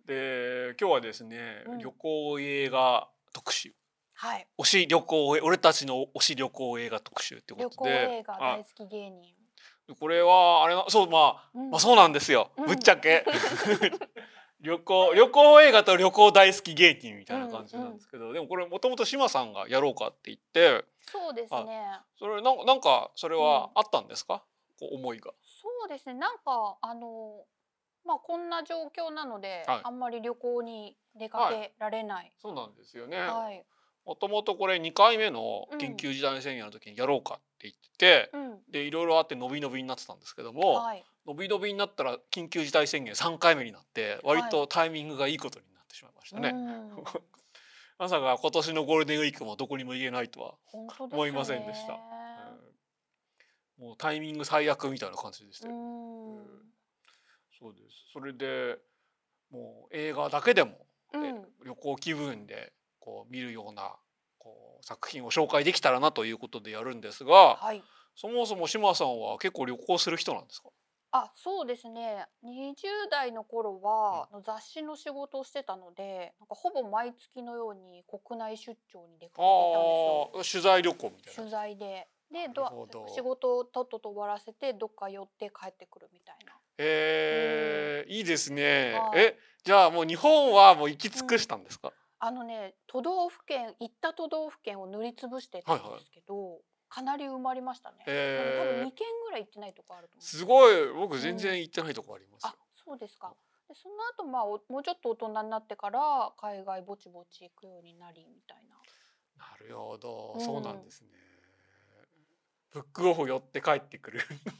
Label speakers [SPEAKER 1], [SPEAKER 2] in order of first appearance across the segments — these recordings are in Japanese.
[SPEAKER 1] で今日はですね、旅行映画特集、
[SPEAKER 2] はい、
[SPEAKER 1] 推し旅行俺たちの推し旅行映画特集ってことで、
[SPEAKER 2] 旅行映画大好き芸人。
[SPEAKER 1] これはあれそうまあそうなんですよ、ぶっちゃけ旅行映画と旅行大好き芸人みたいな感じなんですけど、でもこれもともと島さんがやろうかって言って、
[SPEAKER 2] そうですね。
[SPEAKER 1] それなんかそれはあったんですか、こう思いが。
[SPEAKER 2] そうですね。なんかまあこんな状況なので、あんまり旅行に出かけられない。
[SPEAKER 1] そうなんですよね。
[SPEAKER 2] はい。
[SPEAKER 1] もともとこれ2回目の緊急事態宣言の時にやろうかって言ってて、でいろいろあって伸び伸びになってたんですけども、伸び伸びになったら緊急事態宣言3回目になって割とタイミングがいいもになってしまいましたね。まさか今年のゴールデンウィークもどこにも行けないとは思いませんでした。もうタイミング最悪みたいな感じでしたよ。そうです。それでもう映画だけでも、旅行気分でこう見るようなこう作品を紹介できたらなということでやるんですが、そもそも島さんは結構旅行する人なんですか？
[SPEAKER 2] そうですね。20代の頃は雑誌の仕事をしてたので、なんかほぼ毎月のように国内出張に出かけていたんですよ。
[SPEAKER 1] 取材旅行みたいな。
[SPEAKER 2] 取材で。仕事をとっとと終わらせてどっか寄って帰ってくるみたいな。
[SPEAKER 1] いいですね。じゃあもう日本はもう行き尽くしたんですか？
[SPEAKER 2] 行った都道府県を塗りつぶしてたんですけど、かなり埋まりましたね。多分2県ぐらい行ってないとこあると思う。
[SPEAKER 1] すごい、僕全然行ってないとこありますよ。
[SPEAKER 2] そうですか。でその後もうちょっと大人になってから海外ぼちぼち行くようになりみたいな。
[SPEAKER 1] なるほど、そうなんですね。ブックオフ寄って帰ってくる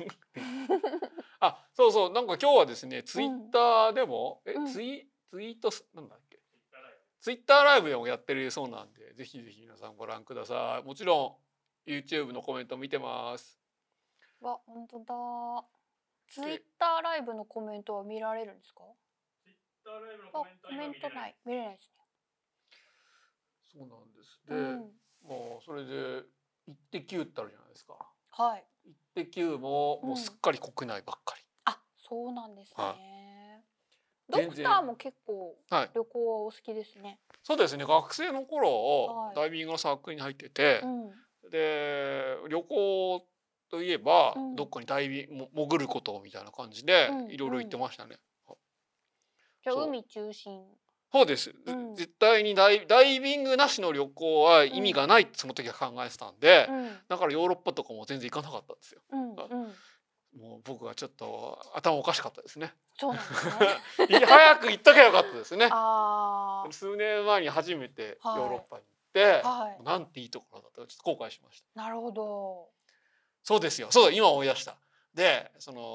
[SPEAKER 1] そうそう、なんか今日はですね、ツイッターでも、ツイートなんだっけ、ツイッターライブでもやってるそうなんで、ぜひぜひ皆さんご覧ください。もちろん YouTube のコメント見てます。
[SPEAKER 2] 本当だ。ツイッターライブのコメントは見られるんですか？
[SPEAKER 1] ツイッターライブのコメントは
[SPEAKER 2] 見れないですね。
[SPEAKER 1] そうなんです。で、もうそれでイッテ Q ってあるじゃないですか。
[SPEAKER 2] はい。
[SPEAKER 1] イッテ Q ももうすっかり国内ばっかり。
[SPEAKER 2] そうなんですね。ドクターも結構旅行はお好きですね。
[SPEAKER 1] そうですね。学生の頃ダイビングのサークルに入ってて、で旅行といえばどっかに潜ることみたいな感じでいろいろ行ってましたね。
[SPEAKER 2] じゃあ海中心。
[SPEAKER 1] そうです。絶対にダイビングなしの旅行は意味がないってその時は考えてたんで、だからヨーロッパとかも全然行かなかったんですよ。もう僕はちょっと頭おかしかったですね。
[SPEAKER 2] そうなんですね。
[SPEAKER 1] 早く行っとけばよかったですね。数年前に初めてヨーロッパに行って、なんていいところだったかちょっと後悔しました。
[SPEAKER 2] なるほど。
[SPEAKER 1] そうですよ。そうだ、今思い出した。で、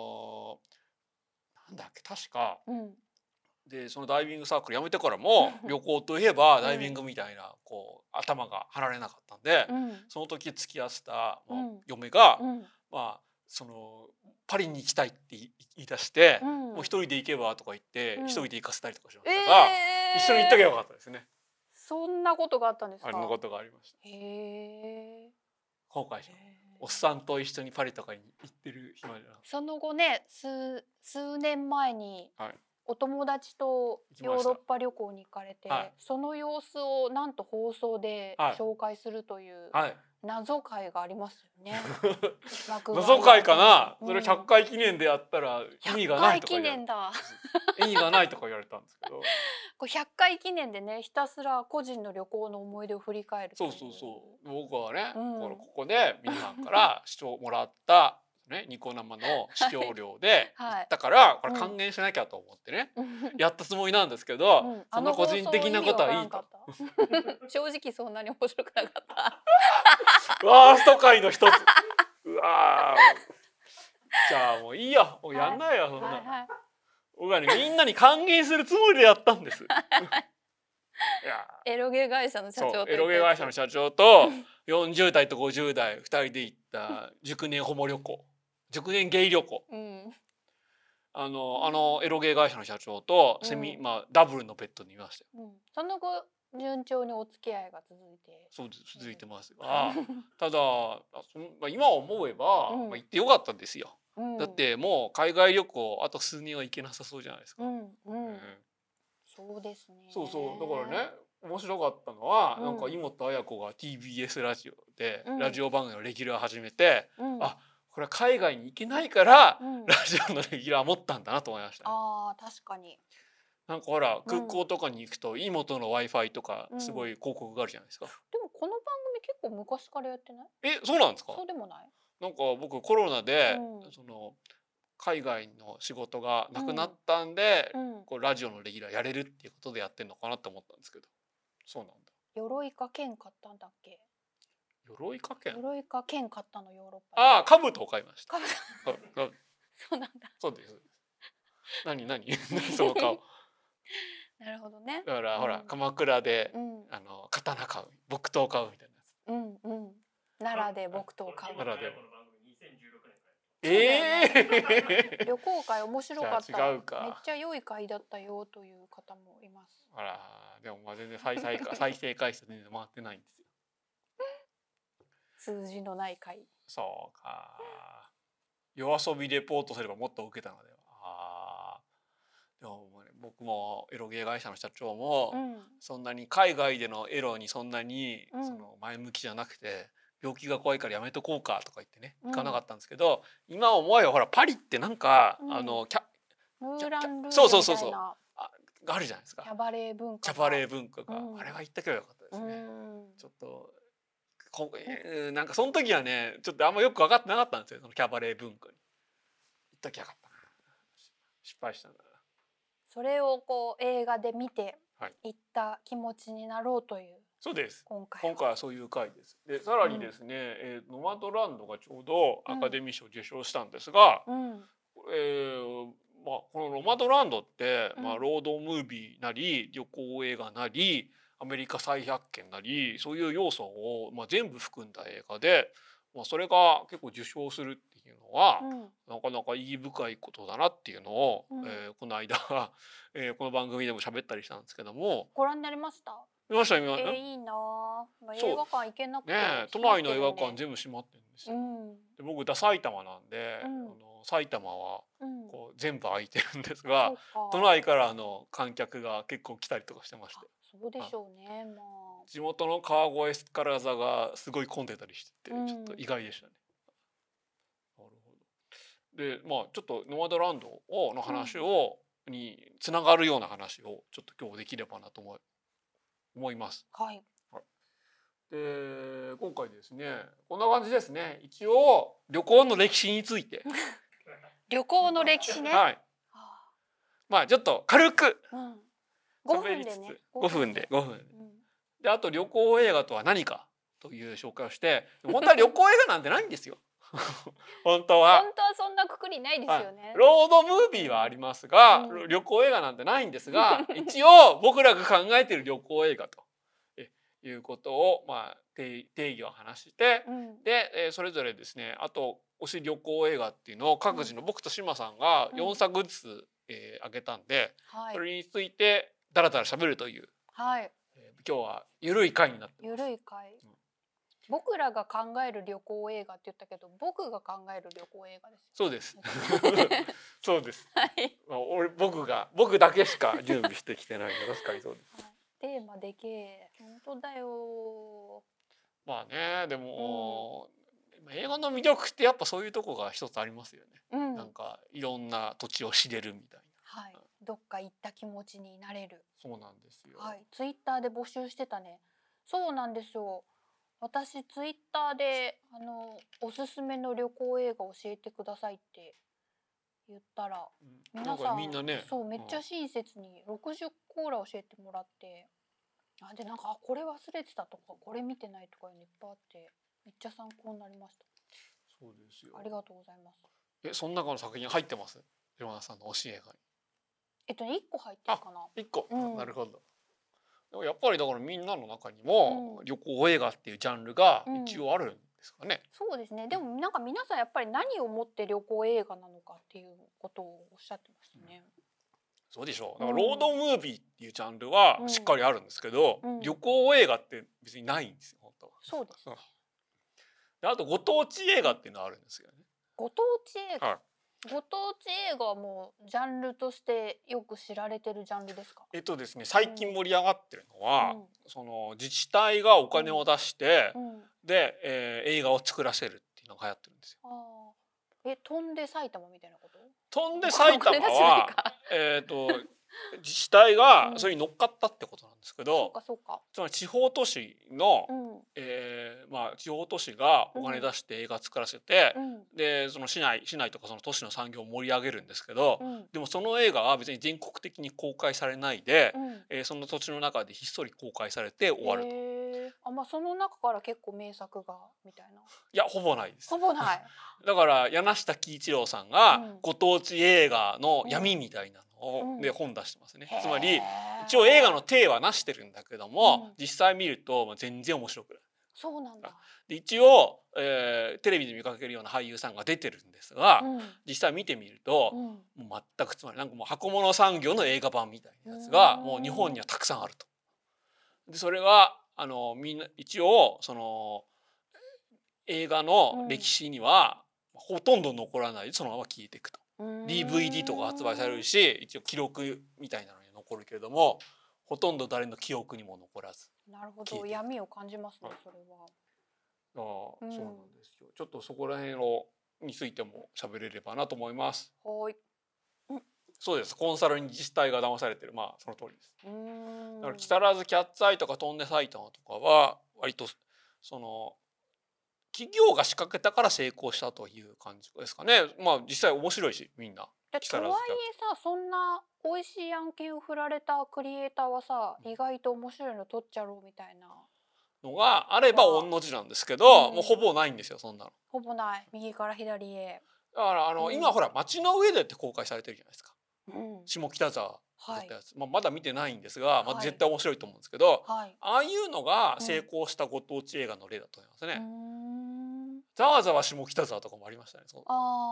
[SPEAKER 1] なんだっけ、確か。でそのダイビングサークル辞めてからも旅行といえばダイビングみたいなこう頭が離れなかったんで、その時付き合ってた嫁が、パリに行きたいって言い出して、もう一人で行けばとか言って一人で行かせたりとかしましたが、一緒に行っとけばよかったですね。
[SPEAKER 2] そんなことがあったんですか？
[SPEAKER 1] あんなことがありました。後悔しました。おっさんと一緒にパリとかに行ってる暇じゃなかった。
[SPEAKER 2] その後ね、数年前にお友達とヨーロッパ旅行に行かれて、その様子をなんと放送で紹介するという謎会がありますよね。
[SPEAKER 1] 謎会かな。それ100回記念でやったら意味がないとか言われた。意味がないとか言われたんですけど。
[SPEAKER 2] 100回記念でね、ひたすら個人の旅行の思い出を振り返る。
[SPEAKER 1] そう。僕はね、ここで皆さんから視聴もらったニコ生の視聴料で行ったからこれ還元しなきゃと思ってね、やったつもりなんですけど、そんな個人的なことはいいと。
[SPEAKER 2] 正直そんなに面白くなかった。
[SPEAKER 1] ワースト回の一つ。うわじゃあもういいよ、もうやんないよ、そんな。僕はね、みんなに還元するつもりでやったんです。
[SPEAKER 2] エロゲ会社の社長と
[SPEAKER 1] エロゲ会社の社長と40代と50代2人で行った熟年ホモ旅行、熟年ゲイ旅行、エロゲ会社の社長とダブルのベッドにいましたよ。
[SPEAKER 2] その後順調にお付き合いが
[SPEAKER 1] 続いてますが、ただ今思えば行ってよかったんですよ。だってもう海外旅行あと数年は行けなさそうじゃないですか。
[SPEAKER 2] そうですね。
[SPEAKER 1] そうだからね、面白かったのは、なんか井本彩子が TBS ラジオでラジオ番組のレギュラー始めて、あ、これは海外に行けないから、ラジオのレギュラー持ったんだなと思いましたね。
[SPEAKER 2] ああ、確かに。
[SPEAKER 1] なんかほら空港とかに行くと井本の Wi-Fi とかすごい広告があるじゃないですか。
[SPEAKER 2] でもこの番組結構昔からやってない？
[SPEAKER 1] そうなんですか？
[SPEAKER 2] そうでもない？
[SPEAKER 1] なんか僕コロナで、その海外の仕事がなくなったんで、こうラジオのレギュラーやれるっていうことでやってんのかなと思ったんですけど、そうなんだ。
[SPEAKER 2] 鎧か剣買ったんだっけ？
[SPEAKER 1] 鎧か剣？
[SPEAKER 2] 鎧か剣買ったのヨーロッパ。
[SPEAKER 1] ああ、兜を買いました。
[SPEAKER 2] そうなんだ。
[SPEAKER 1] そうです。何その顔。
[SPEAKER 2] なるほどね。
[SPEAKER 1] だからほら鎌倉で刀買う、木刀買うみたいなや
[SPEAKER 2] つ。奈良で木刀買う。
[SPEAKER 1] 奈良で。
[SPEAKER 2] 旅行会面白かった。
[SPEAKER 1] 違うか。
[SPEAKER 2] めっちゃ良い会だったよという方もいます。
[SPEAKER 1] あら、でも全然再生回数全然回ってないんですよ。
[SPEAKER 2] 数字のない会。
[SPEAKER 1] そうか。夜遊びレポートすればもっと受けたのでは。でも僕もエロゲー会社の社長も、そんなに海外でのエロにそんなにその前向きじゃなくて、病気が怖いからやめとこうかとか言ってね行かなかったんですけど、今思えばほらパリってなんか
[SPEAKER 2] ムーランルージュ
[SPEAKER 1] そうあるじゃないですか。
[SPEAKER 2] キャバレー文化
[SPEAKER 1] が、あれは行ったけどよかったですね。ちょっとなんかその時はねちょっとあんまよく分かってなかったんですよ、そのキャバレー文化に。行ったきゃよかったな。失敗したな。
[SPEAKER 2] それをこう映画で見て行った気持ちになろうという。
[SPEAKER 1] そうです。
[SPEAKER 2] 今回
[SPEAKER 1] はそういう回です。でさらにですね、ノマドランドがちょうどアカデミー賞を受賞したんですが、このノマドランドって、ロードムービーなり旅行映画なりアメリカ再発見なりそういう要素を、全部含んだ映画で、それが結構受賞するっていうのは、なかなか意義深いことだなっていうのを、この間、この番組でも喋ったりしたんですけども。
[SPEAKER 2] ご覧になりました？
[SPEAKER 1] 見ました。いい
[SPEAKER 2] な。映画館行けなくて
[SPEAKER 1] ね、都内の映画館全部閉まってるんですよ。で僕埼玉なんで、埼玉はこう全部空いてるんですが、都内から観客が結構来たりとかしてまして。
[SPEAKER 2] そうでしょうね。
[SPEAKER 1] 地元の川越から座がすごい混んでたりしてちょっと意外でしたね。なるほど。でちょっとノマドランドの話につながるような話をちょっと今日できればなと思います。
[SPEAKER 2] はい。
[SPEAKER 1] で今回ですねこんな感じですね。一応旅行の歴史について。
[SPEAKER 2] 旅行の歴史ね。
[SPEAKER 1] はい。ちょっと軽く
[SPEAKER 2] 5分でね。
[SPEAKER 1] 5分で。であと旅行映画とは何かという紹介をして、本当は旅行映画なんてないんですよ。本当は
[SPEAKER 2] そんなくくりないですよね。
[SPEAKER 1] ロードムービーはありますが、旅行映画なんてないんですが、一応僕らが考えている旅行映画ということを定義を話して、でそれぞれですね、あと推し旅行映画っていうのを各自の僕と志麻さんが4作ずつあげたんで、それについてだらだら喋るという、今日はゆるい回になってます。
[SPEAKER 2] ゆるい回。僕らが考える旅行映画って言ったけど、僕が考える旅行映画です。
[SPEAKER 1] そうです。そうです。僕だけしか準備してきてないの。確かにそうです。
[SPEAKER 2] テーマでけえ。本当だよ。
[SPEAKER 1] でも、映画の魅力ってやっぱそういうとこが一つありますよね。なんかいろんな土地を知れるみたいな。
[SPEAKER 2] どっか行った気持ちになれる。
[SPEAKER 1] そうなんですよ。
[SPEAKER 2] ツイッターで募集してたね。そうなんですよ。私ツイッターでおすすめの旅行映画教えてくださいって言ったら、皆さん
[SPEAKER 1] みんなね、
[SPEAKER 2] そうめっちゃ親切に60コーラ教えてもらって、でなんかこれ忘れてたとかこれ見てないとかいっぱいあってめっちゃ参考になりました。
[SPEAKER 1] そうですよ。
[SPEAKER 2] ありがとうございます。
[SPEAKER 1] その中の作品入ってます？山田さんの推し映画
[SPEAKER 2] に。1個入ってるかな。
[SPEAKER 1] 1個、なるほど。やっぱりだからみんなの中にも旅行映画っていうジャンルが一応あるんですかね。
[SPEAKER 2] そうですね。でもなんか皆さんやっぱり何をもって旅行映画なのかっていうことをおっしゃってましたね。
[SPEAKER 1] そうでしょう。だからロードムービーっていうジャンルはしっかりあるんですけど、旅行映画って別にないんですよ本当は。
[SPEAKER 2] そうです。
[SPEAKER 1] であとご当地映画っていうのはあるんですよね。
[SPEAKER 2] ご当地映画。 ご当地映画はもうジャンルとしてよく知られてるジャンルですか？
[SPEAKER 1] ですね、最近盛り上がってるのは、その自治体がお金を出して、で、映画を作らせるっていうのが流行ってるんですよ。
[SPEAKER 2] 飛んで埼玉みたいなこと？
[SPEAKER 1] 飛んで埼玉は自治体がそれに乗っかったってことなんですけど、つまり地方都市の、地方都市がお金出して映画作らせて、でその市内とかその都市の産業を盛り上げるんですけど、でもその映画は別に全国的に公開されないで、その土地の中でひっそり公開されて終わると。
[SPEAKER 2] その中から結構名作がみたいな。
[SPEAKER 1] いや、ほぼないです。
[SPEAKER 2] ほぼない。
[SPEAKER 1] だから柳下喜一郎さんがご当地映画の闇みたいなので本出してますね。つまり一応映画の体はなしてるんだけども、実際見ると全然面白くない。
[SPEAKER 2] そうなんだ。
[SPEAKER 1] で一応、テレビで見かけるような俳優さんが出てるんですが、実際見てみると、もう全くつまりなんかもう箱物産業の映画版みたいなやつがもう日本にはたくさんあると。でそれがみんな一応その映画の歴史にはほとんど残らないでそのまま消えていくと。DVD とか発売されるし、一応記録みたいなのに残るけれども、ほとんど誰の記憶にも残らず。
[SPEAKER 2] なるほど、闇を感じますね、それは。
[SPEAKER 1] そうなんですよ。ちょっとそこら辺についても喋れればなと思います。
[SPEAKER 2] はい。
[SPEAKER 1] そうです。コンサルに自治体が騙されてる、その通りです。だから木更津キャッツアイとか飛んで埼玉とかは割とその企業が仕掛けたから成功したという感じですかね。実際面白いしみんな。
[SPEAKER 2] とはいえさ、そんな美味しい案件を振られたクリエイターはさ、意外と面白いの撮っちゃろうみたいな
[SPEAKER 1] のがあれば御の字なんですけど、もうほぼないんですよ、そんなの。
[SPEAKER 2] ほぼない。右から左へ。
[SPEAKER 1] だから今ほら街の上でって公開されてるじゃないですか。下北沢だったやつ、まだ見てないんですが、絶対面白いと思うんですけど、ああいうのが成功したご当地映画の例だと思いますね。ざわざわ下北沢とかもありましたね。そう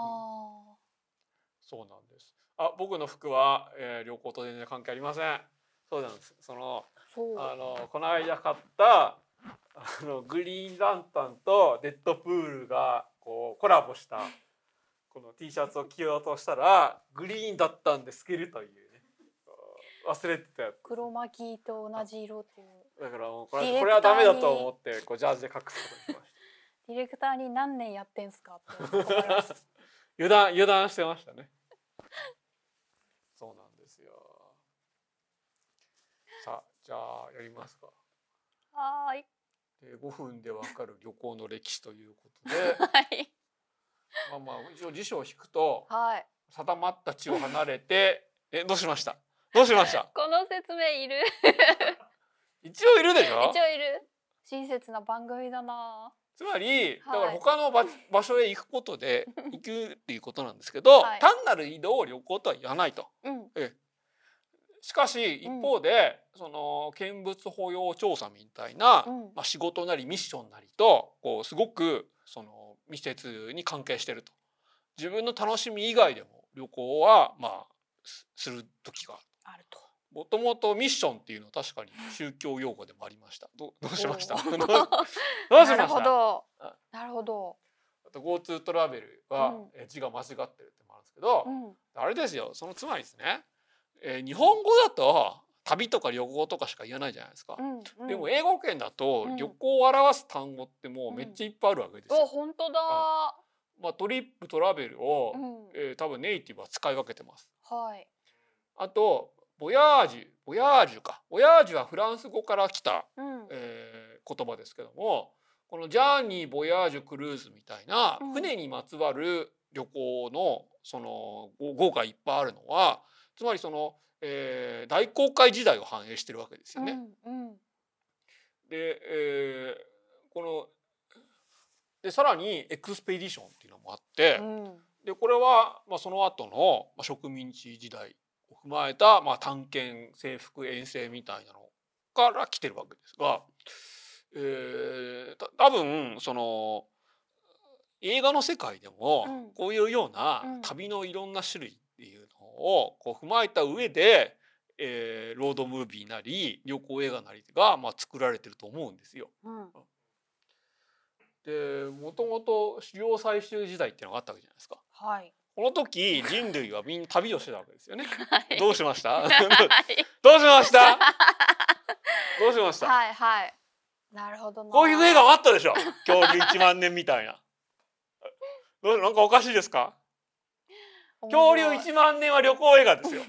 [SPEAKER 1] なんです。僕の服は、旅行と全然関係ありません。そうなんです。この間買ったグリーンランタンとデッドプールがこうコラボしたこの T シャツを着ようとしたらグリーンだったんで透けるというね、忘れてたやつ。
[SPEAKER 2] 黒巻きと同じ色っていう。
[SPEAKER 1] だからこれはダメだと思ってジャージで隠すことにしました。
[SPEAKER 2] ディレクターに何年やってんすかって
[SPEAKER 1] 油断してましたね。そうなんですよ。さあ、じゃあやりますか。
[SPEAKER 2] はい。
[SPEAKER 1] 5分でわかる旅行の歴史ということで、一応辞書を引くと、定まった地を離れて、どうしました？この
[SPEAKER 2] 説明いる？
[SPEAKER 1] 一応いるでしょ？
[SPEAKER 2] 一応いる。親切な番組だな。
[SPEAKER 1] つまりだから他の場所へ行くことで行くっていうことなんですけど、単なる移動を旅行とは言わないと。しかし一方で、その見物保養調査みたいな、仕事なりミッションなりとすごくその密接に関係してると。自分の楽しみ以外でも旅行はする時があると。もともとミッションっていうのは確かに宗教用語でもありました。どうしました？どうしました？
[SPEAKER 2] なるほど。なるほど。
[SPEAKER 1] あと GoTo トラベルは字が間違ってるってもあるんですけど、あれですよ。そのつまりですね。日本語だと旅とか旅行とかしか言わないじゃないですか。でも英語圏だと旅行を表す単語ってもうめっちゃいっぱいあるわけですよ。
[SPEAKER 2] 本当だ。
[SPEAKER 1] トリップトラベルを、多分ネイティブは使い分けてます。あとボヤージュはフランス語から来た、言葉ですけども、このジャーニーボヤージュクルーズみたいな船にまつわる旅行のその語がいっぱいあるのは、つまりその、大航海時代を反映してるわけですよね。で、さらにエクスペディションっていうのもあって、でこれはその後の植民地時代を踏まえた探検征服遠征みたいなのから来てるわけですが、多分その映画の世界でもこういうような旅のいろんな種類っていうのを踏まえた上で、ロードムービーなり旅行映画なりが作られてると思うんですよ。でもともと狩猟採集時代っていうのがあったわけじゃないですか。ここの時人類はみんな旅をしてたわけですよね。
[SPEAKER 2] はい、
[SPEAKER 1] どうしました？
[SPEAKER 2] はい、
[SPEAKER 1] どうしました？どうしました？
[SPEAKER 2] はいはい。なるほどな。
[SPEAKER 1] こういう映画もあったでしょ。恐竜1万年みたいな。なんかおかしいですか？恐竜1万年は旅行映画ですよ。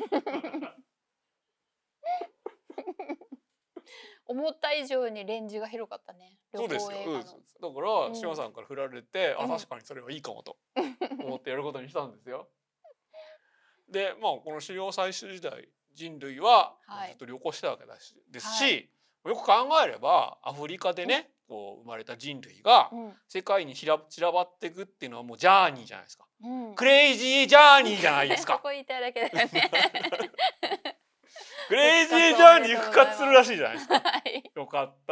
[SPEAKER 2] 思った以上にレンジが広かったね。
[SPEAKER 1] そうですよ。だから志麻さんから振られて、確かにそれはいいかもと思ってやることにしたんですよ。で、この狩猟採集時代人類はずっと旅行してたわけですし、よく考えればアフリカでね、こう生まれた人類が世界に散らばっていくっていうのはもうジャーニーじゃないですか。クレイジージャーニーじゃないですか。
[SPEAKER 2] そこ言いたいだけだよね。
[SPEAKER 1] クレイジージャーニー復活するらしいじゃないですか。よかった。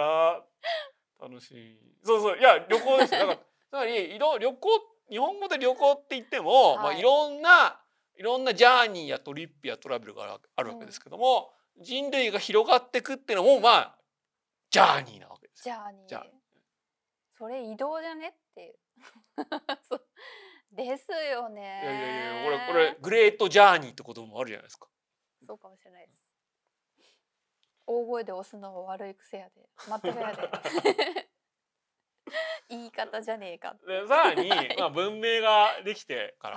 [SPEAKER 1] 楽しい。いや旅行ですよ。だからつまり旅行、日本語で旅行って言っても、いろんなジャーニーやトリップやトラベルがあるわけですけども、人類が広がっていくっていうのもジャーニーなわけです。
[SPEAKER 2] ジャーニー。それ移動じゃねっていう。ですよね。
[SPEAKER 1] いやこれグレートジャーニーってこともあるじゃないですか。
[SPEAKER 2] そうかもしれないです。大声で押すのは悪い癖やで。全くやで。言い方じゃねえか。
[SPEAKER 1] でさらに、文明ができてから、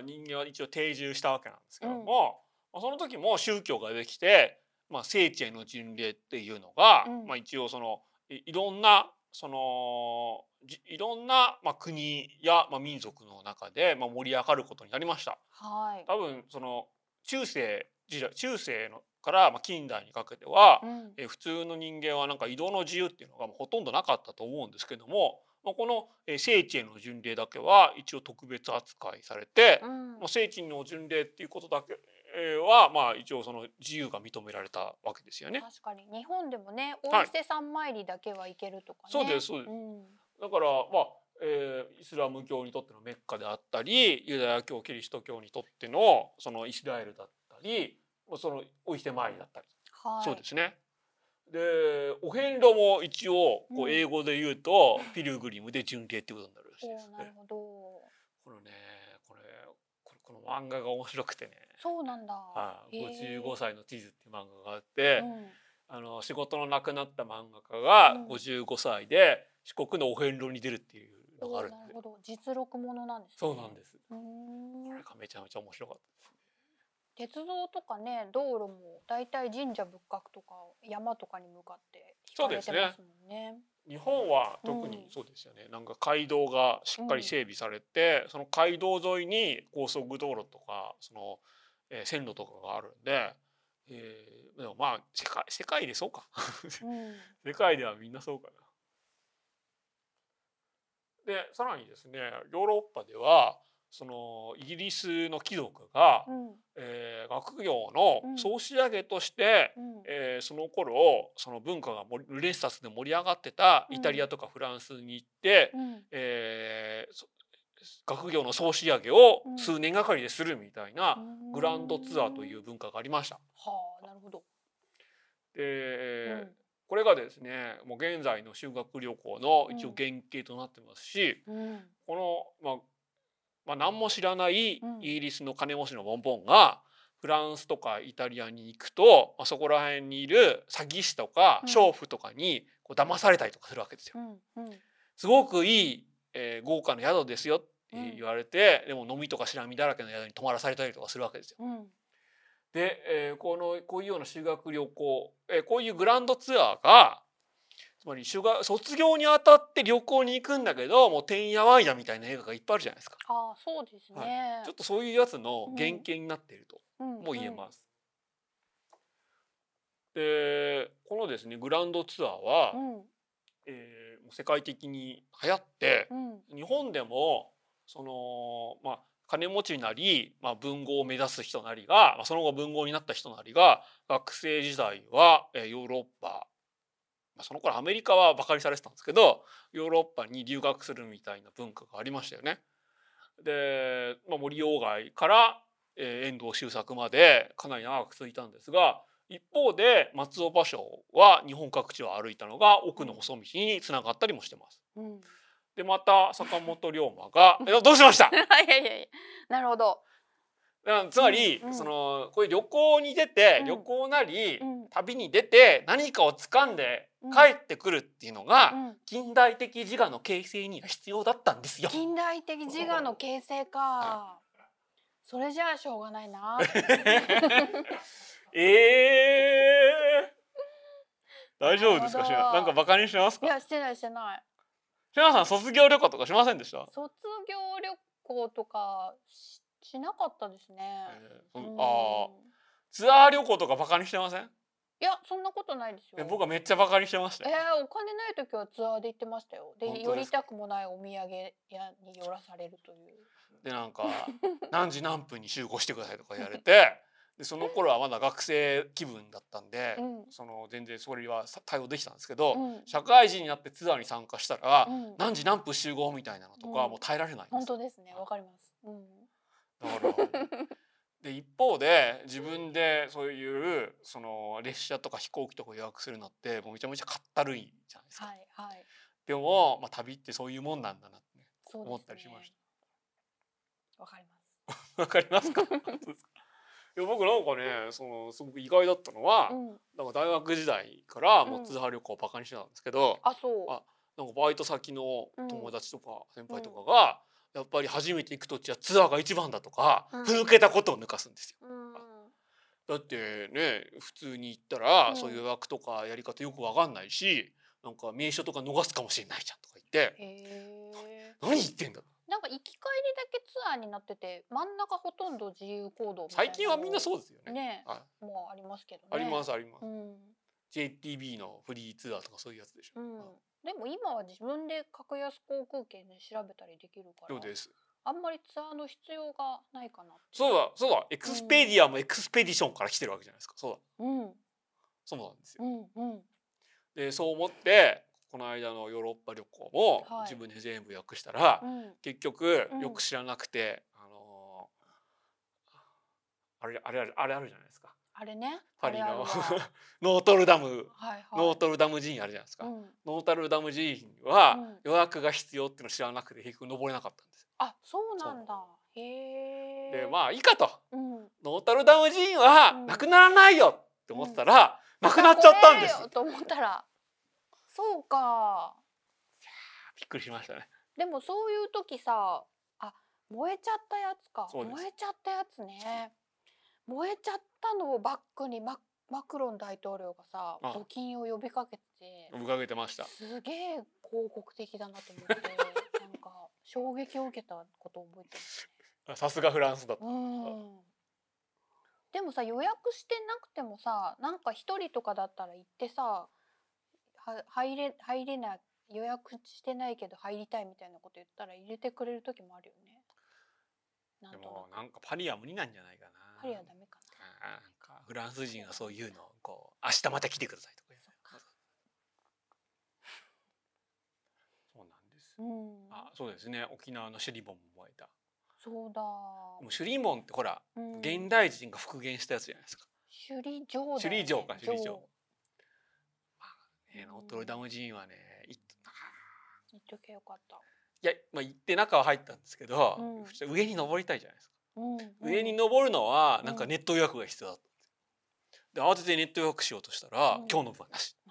[SPEAKER 1] 人間は一応定住したわけなんですけども、その時も宗教ができて、聖地への巡礼っていうのが、一応いろんな国や、民族の中で、盛り上がることになりました。多分中世のから近代にかけては、普通の人間はなんか移動の自由っていうのがほとんどなかったと思うんですけども、この聖地への巡礼だけは一応特別扱いされて、聖地の巡礼っていうことだけは一応自由が認められたわけですよね。
[SPEAKER 2] 確かに日本でもね、お伊勢さん参りだけは行けるとかね。
[SPEAKER 1] そうですそうです。だからイスラム教にとってのメッカであったり、ユダヤ教キリスト教にとってのイスラエルだったり、お伊勢参りだったり、そうですね。でお遍路も一応英語で言うと、ピルグリムで巡礼ってことになるらしいですね。
[SPEAKER 2] なるほど。
[SPEAKER 1] この漫画が面白くてね。
[SPEAKER 2] そうなんだ。
[SPEAKER 1] 55歳の地図っていう漫画があって、仕事のなくなった漫画家が55歳で四国のお遍路に出るっていうのがあるんで。
[SPEAKER 2] なるほど。実録ものなんですね。
[SPEAKER 1] そうなんです。これがめちゃめちゃ面白かったですね。
[SPEAKER 2] 鉄道とかね、道路もだいたい神社仏閣とか山とかに向かって引かれてますもんね。
[SPEAKER 1] 日本は特にそうですよね。なんか街道がしっかり整備されて、その街道沿いに高速道路とか線路とかがあるんで、でも世界でそうか。世界ではみんなそうかな。でさらにですね、ヨーロッパではイギリスの貴族が、学業の総仕上げとして、その頃文化がルネサンスで盛り上がってたイタリアとかフランスに行って、学業の総仕上げを数年がかりでするみたいなグランドツアーという文化がありました。
[SPEAKER 2] なるほど。
[SPEAKER 1] で、これがですね、もう現在の修学旅行の一応原型となってますし、この何も知らないイギリスの金持ちのボンボンがフランスとかイタリアに行くと、そこら辺にいる詐欺師とか娼婦とかに騙されたりとかするわけですよ。すごくいい、豪華な宿ですよって言われて、でも飲みとかしらみだらけの宿に泊まらされたりとかするわけですよ。で、こういうような修学旅行、こういうグランドツアーがつまり卒業にあたって旅行に行くんだけど、もうてんやわんやみたいな映画がいっぱいあるじゃないですか。
[SPEAKER 2] そうですね。
[SPEAKER 1] ちょっとそういうやつの原型になっているとも言えます。でこのですねグランドツアーは、世界的に流行って、日本でも金持ちなり、文豪を目指す人なりが、その後文豪になった人なりが学生時代は、ヨーロッパ、その頃アメリカはバカにされてたんですけど、ヨーロッパに留学するみたいな文化がありましたよね。で、森鴎外から、遠藤周作までかなり長く続いたんですが、一方で松尾芭蕉は日本各地を歩いたのが奥の細道につながったりもしてます。 でまた坂本龍馬がどうしました？
[SPEAKER 2] いやいやいや、なるほど。
[SPEAKER 1] つまり、そのこういう旅行に出て、旅行なり、旅に出て何かを掴んで帰ってくるっていうのが、近代的自我の形成には必要だったんですよ。
[SPEAKER 2] 近代的自我の形成か。それじゃあしょうがないな。
[SPEAKER 1] 大丈夫ですか？なんかバカにしてますか？
[SPEAKER 2] いや、してないしてない。
[SPEAKER 1] しなさん卒業旅行とかしませんでした？
[SPEAKER 2] 卒業旅行とかしなかったですね。
[SPEAKER 1] ツアー旅行とかバカにしてません？
[SPEAKER 2] いや、そんなことないですよ。
[SPEAKER 1] 僕はめっちゃバカにしてましたよ。
[SPEAKER 2] お金ない時はツアーで行ってましたよ。で、寄りたくもないお土産屋に寄らされるという。
[SPEAKER 1] でなんか何時何分に集合してくださいとか言われてでその頃はまだ学生気分だったんで、その全然それは対応できたんですけど、社会人になってツアーに参加したら、何時何分集合みたいなのとかもう耐えられないんです。
[SPEAKER 2] 本当ですね、わかります。
[SPEAKER 1] だからで一方で自分でそういうその列車とか飛行機とか予約するのってもうめちゃめちゃかったるいじゃないですか。でも、旅ってそういうもんなんだなって、思ったりしました。
[SPEAKER 2] わかります。
[SPEAKER 1] わかりますか？いや僕なんかね、すごく意外だったのは、なんか大学時代からもうツアー旅行をバカにしてたんですけど、なんかバイト先の友達とか先輩とかが、やっぱり初めて行く土地はツアーが一番だとか、ふぬけたことを抜かすんですよ。だってね、普通に行ったら、そういう予約とかやり方よくわかんないし、なんか名所とか逃すかもしれないじゃんとか言って、何言ってんだ。
[SPEAKER 2] なんか行き帰りだけツアーになってて、真ん中ほとんど自由行動みたいな。
[SPEAKER 1] 最近はみんなそうですよね。
[SPEAKER 2] ね、もうありますけどね。
[SPEAKER 1] ありますあります。JTB のフリーツアーとかそういうやつでしょ。
[SPEAKER 2] でも今は自分で格安航空券で調べたりできるから。
[SPEAKER 1] そうです。
[SPEAKER 2] あんまりツアーの必要がないかな。
[SPEAKER 1] そうだ。エクスペディアもエクスペディションから来てるわけじゃないですか。そうなんですよ。でそう思ってこの間のヨーロッパ旅行も自分で全部予約したら、結局よく知らなくて、あれあるじゃないですか。
[SPEAKER 2] あれね。
[SPEAKER 1] パリのノートルダム寺院あるじゃないですか。ノートルダム寺院は予約が必要っていうの知らなくて結局登れなかったんですよ。
[SPEAKER 2] あ、そうなんだ。へえ。
[SPEAKER 1] でまあいいかと、ノートルダム寺院はなくならないよって思ったら、なくなっちゃったんです。
[SPEAKER 2] と思ったら、そうか。
[SPEAKER 1] びっくりしましたね。
[SPEAKER 2] でもそういう時さ、燃えちゃったやつか。燃えちゃったやつね。燃えちゃったのをバックにマクロン大統領がさ、募金を呼びかけ
[SPEAKER 1] てました。
[SPEAKER 2] すげえ広告的だなと思ってなんか衝撃を受けたことを覚えて
[SPEAKER 1] る。さすがフランスだった。
[SPEAKER 2] でもさ、予約してなくてもさ、なんか一人とかだったら行ってさ、入れない、予約してないけど入りたいみたいなこと言ったら入れてくれる時もあるよね。
[SPEAKER 1] でもなんかパリは無理なんじゃないかな。
[SPEAKER 2] パリはダメか
[SPEAKER 1] な。なんかフランス人がそういうのをこう明日また来てくださいとか言う。そうなんです。そうですね。沖縄のシュリボンも燃えた。
[SPEAKER 2] そうだ。
[SPEAKER 1] でもシュリボンってほら、現代人が復元したやつじゃないですか。
[SPEAKER 2] 首里城だ。
[SPEAKER 1] 首里城か、首里城。ノートルダム寺院はね、
[SPEAKER 2] 行っとけよかった。
[SPEAKER 1] いや、行って中は入ったんですけど、上に登りたいじゃないですか。上に登るのはなんかネット予約が必要だったんですよ。で慌ててネット予約しようとしたら、今日の分はなし。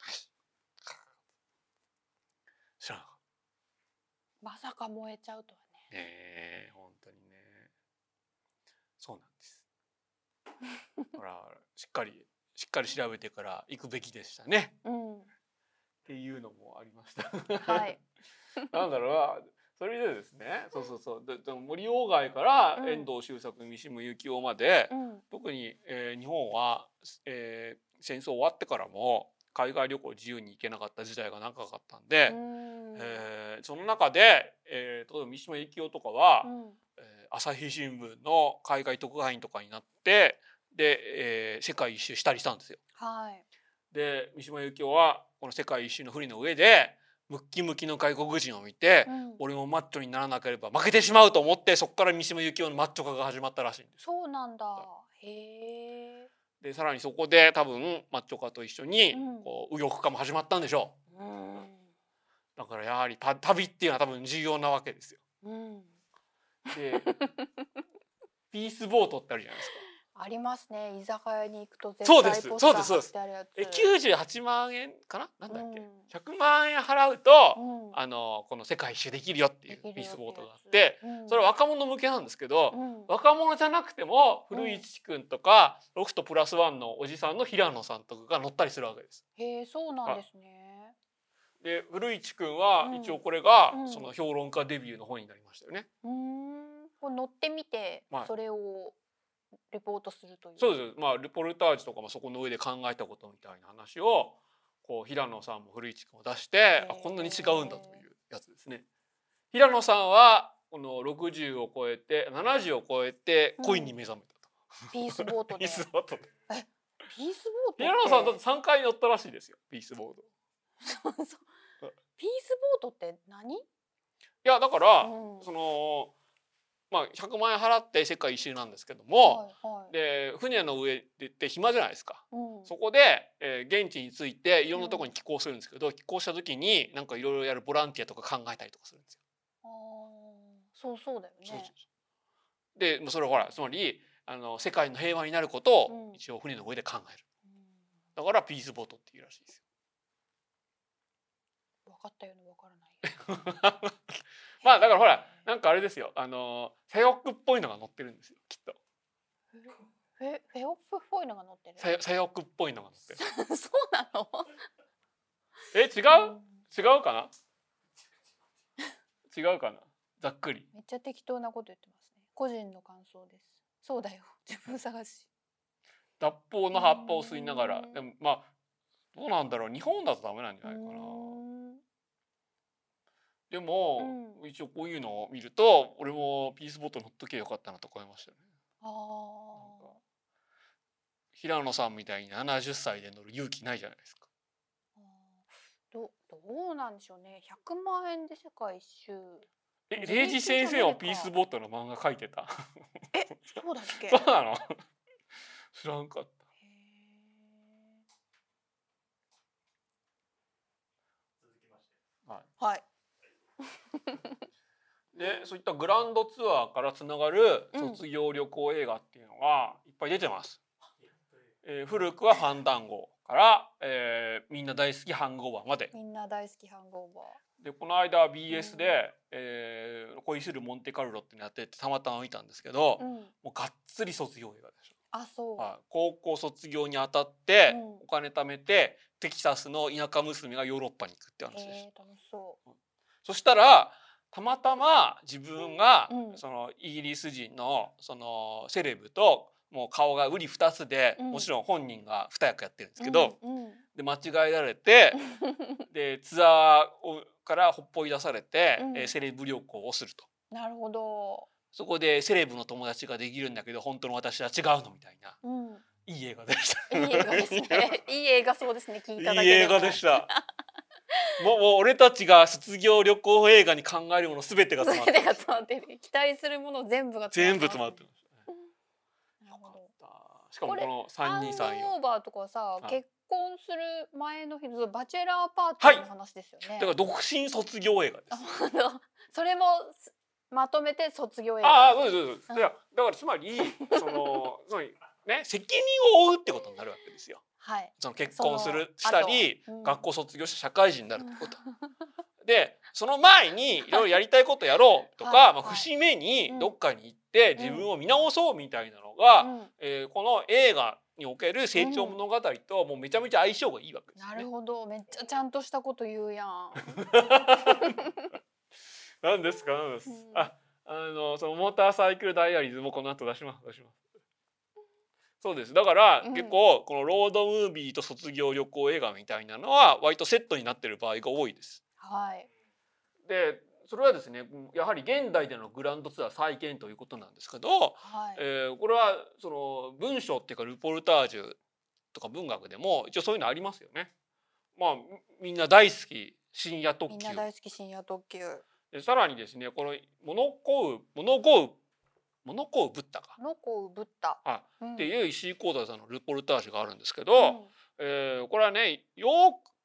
[SPEAKER 1] 知らなかった。
[SPEAKER 2] まさか燃えちゃうとは
[SPEAKER 1] ね。本当にね。そうなんです。ほらしっかり調べてから行くべきでしたね。っていうのもありました。
[SPEAKER 2] はい。
[SPEAKER 1] なんだろうな。それでですね、で森鴎外から遠藤周作、三島由紀夫まで、特に、日本は、戦争終わってからも海外旅行自由に行けなかった時代が長かったんで、その中で、例えば三島由紀夫とかは、朝日新聞の海外特派員とかになってで、世界一周したりしたんですよ。で三島由紀夫はこの世界一周の船の上でムッキムキの外国人を見て、俺もマッチョにならなければ負けてしまうと思って、そこから三島由紀夫のマッチョ化が始まったらしいんです。
[SPEAKER 2] そうなんだ。へえ。
[SPEAKER 1] でさらにそこで多分マッチョ化と一緒に、こう右翼化も始まったんでしょう。 だからやはり旅っていうのは多分重要なわけですよ。でピースボートってあるじゃないですか。
[SPEAKER 2] ありますね。居酒屋に行くと絶
[SPEAKER 1] 対
[SPEAKER 2] ポスター貼ってあるやつ。
[SPEAKER 1] 98万円かな、なんだっけ、100万円払うと、この世界一周できるよっていうピースボートがあって、それは若者向けなんですけど、若者じゃなくても古市くんとかロフトプラスワンのおじさんの平野さんとかが乗ったりするわけです。
[SPEAKER 2] へえ、そうなんですね。
[SPEAKER 1] で古市くんは一応これがその評論家デビューの本になりましたよね。
[SPEAKER 2] これ乗ってみてそれをレポートするという。
[SPEAKER 1] そうです。まあルポルタージュとかもそこの上で考えたことみたいな話をこう平野さんも古市君を出して、こんなに違うんだというやつですね。平野さんはこの60を超えて70を超えて恋に目覚めたと。
[SPEAKER 2] ピースボートで。
[SPEAKER 1] ピースボートで。
[SPEAKER 2] ピースボート。
[SPEAKER 1] 平野さんだって3回乗ったらしいですよ。ピースボート。
[SPEAKER 2] ピースボートって何？い
[SPEAKER 1] やだから、その。まあ100万円払って世界一周なんですけども、で船の上って暇じゃないですか。そこで、現地に着いていろんなところに寄港するんですけど、寄港した時になんかいろいろやるボランティアとか考えたりとかするんですよ。
[SPEAKER 2] そうだよね。
[SPEAKER 1] でそれはほらつまり世界の平和になることを一応船の上で考える。だからピースボートっていうらしいですよ。
[SPEAKER 2] 分かったような分からない。
[SPEAKER 1] まあだからほらなんかあれですよ、セオックっぽいのが乗ってるんですよきっと。
[SPEAKER 2] フェオップっぽいのが乗ってる。
[SPEAKER 1] セオックっぽいのが乗ってる。
[SPEAKER 2] そうなの？
[SPEAKER 1] 違うかな？違うかな？ざっくり。
[SPEAKER 2] めっちゃ適当なこと言ってますね。個人の感想です。そうだよ。自分探し。
[SPEAKER 1] 脱法の葉っぱを吸いながら、でもまあどうなんだろう、日本だとダメなんじゃないかな。でも、一応こういうのを見ると俺もピースボート乗っとけばよかったなと思いましたね。平野さんみたいに70歳で乗る勇気ないじゃないですか。
[SPEAKER 2] どうなんでしょうね。100万円で世界一周。
[SPEAKER 1] レイジ先生はピースボートの漫画描いてた。
[SPEAKER 2] そうだっけ？
[SPEAKER 1] そうなの？知らんかった。
[SPEAKER 2] はい。
[SPEAKER 1] でそういったグランドツアーからつながる卒業旅行映画っていうのがいっぱい出てます。古くはファンダンゴから、みんな大好きハングオーバーまで。
[SPEAKER 2] みんな大好きハングオーバ
[SPEAKER 1] ー。でこの間 BS で、恋するモンテカルロってのやっててたまたま見たんですけど、もうがっつり卒業映画でしょ。
[SPEAKER 2] そう。
[SPEAKER 1] 高校卒業にあたって、お金貯めてテキサスの田舎娘がヨーロッパに行くって話です。
[SPEAKER 2] 楽しそう。
[SPEAKER 1] そしたらたまたま自分が、そのイギリス人のそのセレブともう顔が瓜二つで、もちろん本人が二役やってるんですけど、で間違えられてでツアーからほっぽり出されて、セレブ旅行をすると。
[SPEAKER 2] なるほど。
[SPEAKER 1] そこでセレブの友達ができるんだけど本当の私は違うのみたいな、いい映画でした。
[SPEAKER 2] いい映画ですね。いい映画そうですね。聞いただけでも。
[SPEAKER 1] いい映画でした。もう俺たちが卒業旅行映画に考えるものすべてが詰まってる。
[SPEAKER 2] 期待するもの全部が
[SPEAKER 1] 詰まってる。しかもこの3人さん
[SPEAKER 2] よ。ハングオーバーとかさ、結婚する前の日のバチェラーパーティーの話ですよね。
[SPEAKER 1] だから独身卒業映画です。
[SPEAKER 2] それもまとめて卒業映画。
[SPEAKER 1] そうです。だからつまりそのね責任を負うってことになるわけですよ。その結婚したり、学校卒業して社会人になるってこと。でその前にいろいろやりたいことやろうとか、節目にどっかに行って自分を見直そうみたいなのが、この映画における成長物語ともうめちゃめちゃ相性がいいわけですね。
[SPEAKER 2] なるほど、めっちゃちゃんとしたこと言うやん。
[SPEAKER 1] 何ですか？そのモーターサイクルダイアリーズもこの後出します。そうです。だから結構このロードムービーと卒業旅行映画みたいなのは割とセットになっている場合が多いです。でそれはですねやはり現代でのグランドツアー再建ということなんですけど、これはその文章っていうかルポルタージュとか文学でも一応そういうのありますよね。みんな大好き深夜特急。
[SPEAKER 2] みんな大好き深夜特急。
[SPEAKER 1] でさらにですねこのモノコウブッダか。
[SPEAKER 2] モノコウブッダ
[SPEAKER 1] っていう石井光太さんのルポルタージュがあるんですけど、これはねよ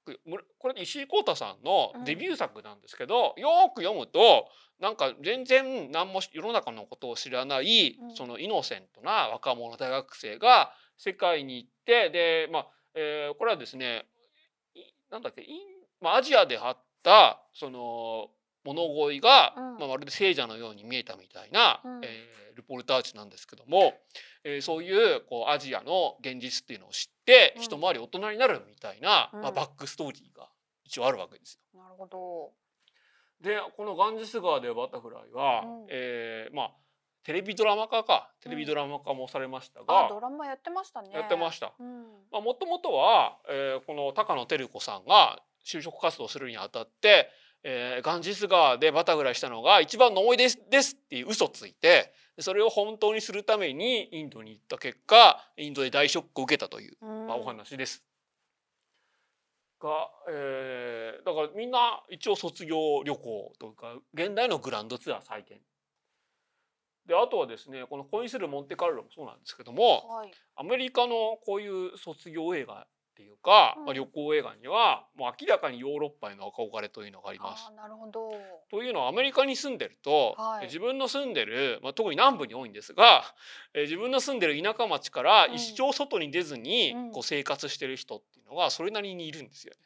[SPEAKER 1] これ石井光太さんのデビュー作なんですけど、よく読むとなんか全然何も世の中のことを知らない、そのイノセントな若者大学生が世界に行って、でこれはですね、なんだっけ、アジアであったその物乞いが、まるで聖者のように見えたみたいな、ルポルタージュなんですけども、そういうアジアの現実っていうのを知って一回り大人になるみたいな、バックストーリーが一応あるわけですよ。
[SPEAKER 2] なるほど。
[SPEAKER 1] でこの「ガンジス川でバタフライは」テレビドラマ化もされましたが、
[SPEAKER 2] ドラマやってましたね。
[SPEAKER 1] やってました。もともとは、この高野照子さんが就職活動するにあたって、ガンジス川でバタフライしたのが一番の思い出ですっていう嘘ついて、それを本当にするためにインドに行った結果、インドで大ショックを受けたという、お話です。が、だからみんな一応卒業旅行というか現代のグランドツアー再現で、あとはですね、この恋するモンテカルロもそうなんですけども、アメリカのこういう卒業映画っていうか、旅行映画にはもう明らかにヨーロッパへの憧れというのがあります。
[SPEAKER 2] なるほど。
[SPEAKER 1] というのはアメリカに住んでると、自分の住んでる、特に南部に多いんですが、自分の住んでる田舎町から一生外に出ずに生活してる人っていうのがそれなりにいるんですよ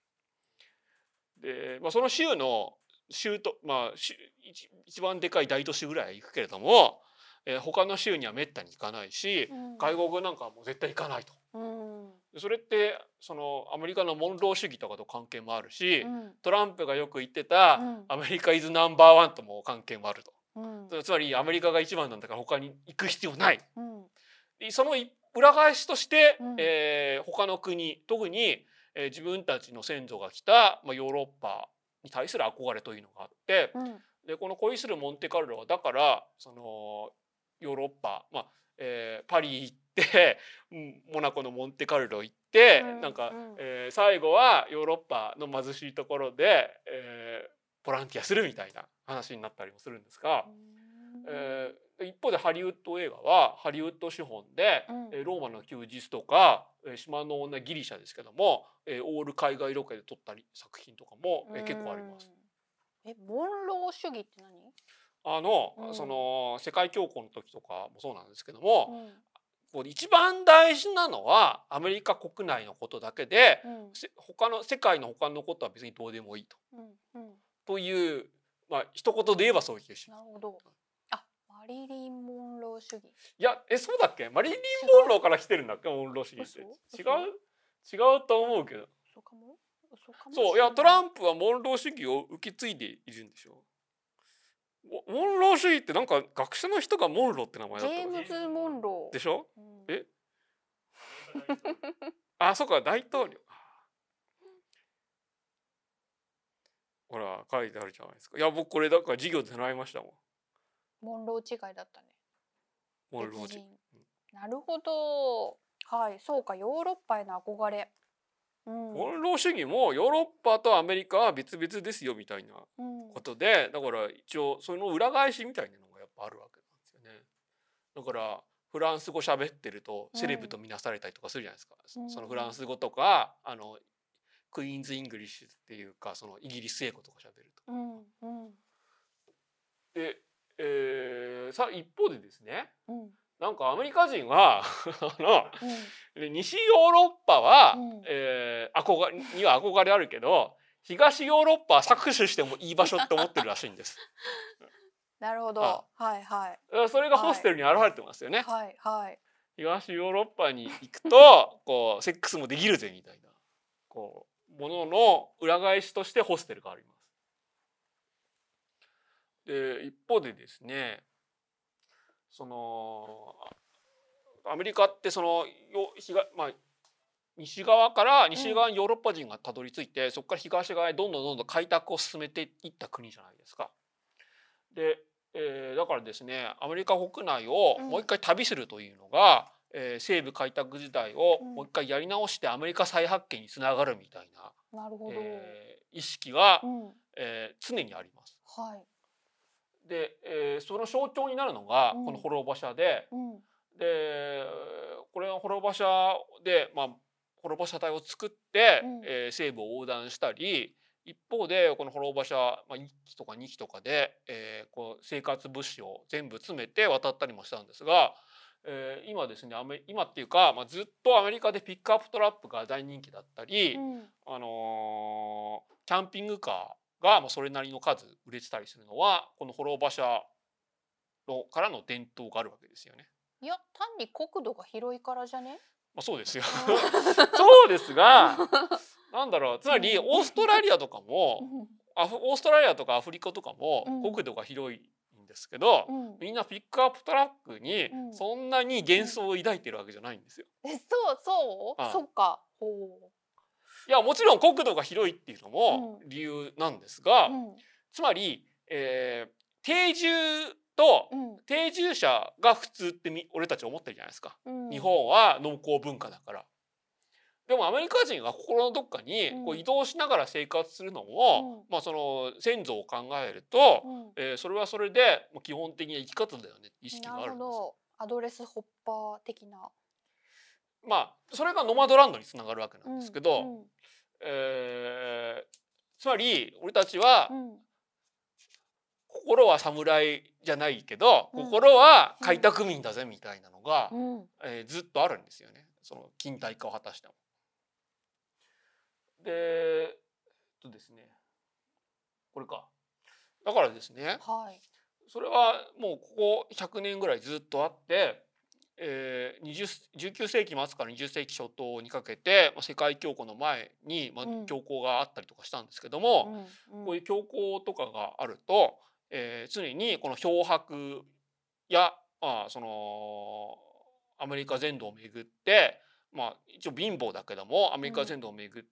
[SPEAKER 1] ね。で、その州と一番でかい大都市ぐらい行くけれども、他の州にはめったに行かないし、外国なんかはもう絶対行かないと。それってそのアメリカのモンロー主義とかと関係もあるし、トランプがよく言ってたアメリカイズナンバーワンとも関係もあると。つまりアメリカが一番なんだから他に行く必要ない。その裏返しとして、他の国、特に自分たちの先祖が来たヨーロッパに対する憧れというのがあって、でこの恋するモンテカルロはだからそのヨーロッパ、パリ行ってモナコのモンテカルロ行って、最後はヨーロッパの貧しいところで、ボランティアするみたいな話になったりもするんですが、一方でハリウッド映画はハリウッド資本で、ローマの休日とか島の女ギリシャですけども、オール海外ロケで撮った作品とかも、結構あります。
[SPEAKER 2] モンロー主義って何？
[SPEAKER 1] その世界恐慌の時とかもそうなんですけども、一番大事なのはアメリカ国内のことだけで、世界の他のことは別にどうでもいいと。という、一言で言えばそういう主義。
[SPEAKER 2] なるほど。マリリン・モンロー主義。
[SPEAKER 1] いや、そうだっけ？マリリン・モンローから来てるんだっけ？モンロー主義って。違うと思うけど。そう、いや、トランプはモンロー主義を受け継いでいるんでしょ。モンロー主義ってなんか学者の人がモンローって名前だった。
[SPEAKER 2] ジェームズ・モンロー
[SPEAKER 1] でしょ。そうか、大統領。ほら書いてあるじゃないですか。いや、僕これだから授業で習いましたもん。
[SPEAKER 2] モンロー違いだったね。
[SPEAKER 1] モンロー違い。
[SPEAKER 2] なるほど。はい、そうか、ヨーロッパへの憧れ。
[SPEAKER 1] モンロー主義もヨーロッパとアメリカは別々ですよみたいなことで、だから一応その裏返しみたいなのがやっぱあるわけなんですよね。だからフランス語喋ってるとセレブとみなされたりとかするじゃないですか。そのフランス語とかクイーンズ・イングリッシュっていうかそのイギリス英語とか喋ると。で、一方でですね、なんかアメリカ人は西ヨーロッパは、には憧れあるけど、東ヨーロッパは搾取してもいい場所って思ってるらしいんです。
[SPEAKER 2] なるほど。はいはい。
[SPEAKER 1] それがホステルに現れてますよね。
[SPEAKER 2] はいはい。
[SPEAKER 1] 東ヨーロッパに行くとセックスもできるぜみたいなものの裏返しとしてホステルがあります。で一方でですね、そのアメリカって西側にヨーロッパ人がたどり着いて、そこから東側へどんどん開拓を進めていった国じゃないですか。で、だからですね、アメリカ国内をもう一回旅するというのが、西部開拓時代をもう一回やり直してアメリカ再発見につながるみたいな、意識が、常にあります。で、その象徴になるのがこの滅馬社で、でこれは滅馬社で、 滅ぼし車隊を作って、西部を横断したり、一方でこの滅ぼし車、1機とか2機とかで、こう生活物資を全部詰めて渡ったりもしたんですが、今ですね今っていうか、ずっとアメリカでピックアップトラップが大人気だったり、キャンピングカーがそれなりの数売れてたりするのはこの滅ぼし車からの伝統があるわけですよね。
[SPEAKER 2] いや単に国土が広いからじゃね。
[SPEAKER 1] そうですよそうですがなんだろう、つまりオーストラリアとかもオーストラリアとかアフリカとかも国土が広いんですけど、みんなピックアップトラックにそんなに幻想を抱いてるわけじゃないんですよ。
[SPEAKER 2] そうか。
[SPEAKER 1] いやもちろん国土が広いっていうのも理由なんですが、つまり、定住と定住者が普通って俺たち思ってるじゃないですか。日本は農耕文化だから。でもアメリカ人が心のどっかにこう移動しながら生活するのも、その先祖を考えると、それはそれで基本的な生き方だよねって意識があるんですよ。
[SPEAKER 2] アドレスホッパー的な。
[SPEAKER 1] それがノマドランドにつながるわけなんですけど、つまり俺たちは、心は侍じゃないけど、心は開拓民だぜみたいなのが、ずっとあるんですよね。その近代化を果たしても。ですね、これか。だからですね、それはもうここ100年ぐらいずっとあって、19世紀末から20世紀初頭にかけて、世界恐慌の前に、恐慌があったりとかしたんですけども、こういう恐慌とかがあると、常にこの漂白や、そのアメリカ全土を巡って、一応貧乏だけどもアメリカ全土を巡って、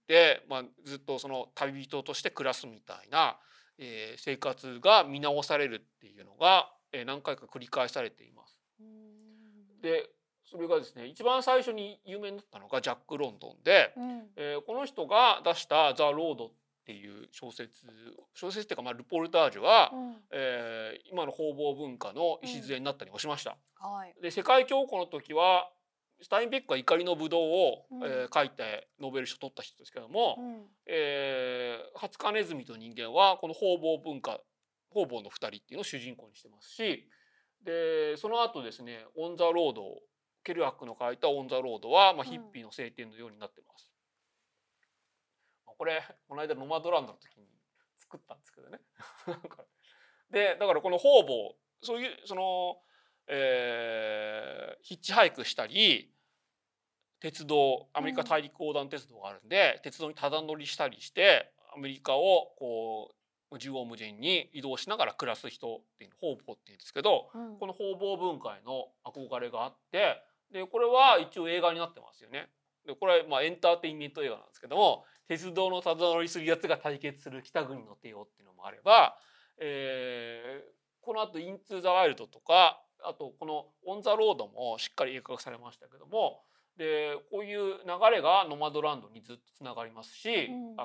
[SPEAKER 1] ずっとその旅人として暮らすみたいな、生活が見直されるっていうのが、何回か繰り返されています。でそれがですね、一番最初に有名になったのがジャック・ロンドンで、この人が出した「ザ・ロード」っていう小説っていうか、ルポルタージュは、今の方々文化の礎になったりもしました。で世界恐慌の時はスタインベックは怒りのぶどうを、書いてノーベル賞を取った人ですけども、ハツカネズミと人間はこの方々の2人っていうのを主人公にしてますし、でその後ですね、オン・ザ・ロード、ケルアックの書いたオン・ザ・ロードは、ヒッピーの聖典のようになってます。これこの間ノマドランドの時に作ったんですけどねでだからこの方々、そういうそのヒッチハイクしたり、鉄道、アメリカ大陸横断鉄道があるんで、鉄道にただ乗りしたりしてアメリカをこう縦横無尽に移動しながら暮らす人っていうのを方々っていうんですけど、この方々文化への憧れがあって、でこれは一応映画になってますよね。でこれはエンターテインメント映画なんですけども、鉄道のただ乗りするやつが対決する北国の帝王っていうのもあれば、このあとインツー・ザ・ワイルドとか、あとこのオン・ザ・ロードもしっかり映画化されましたけども、でこういう流れがノマドランドにずっとつながりますし、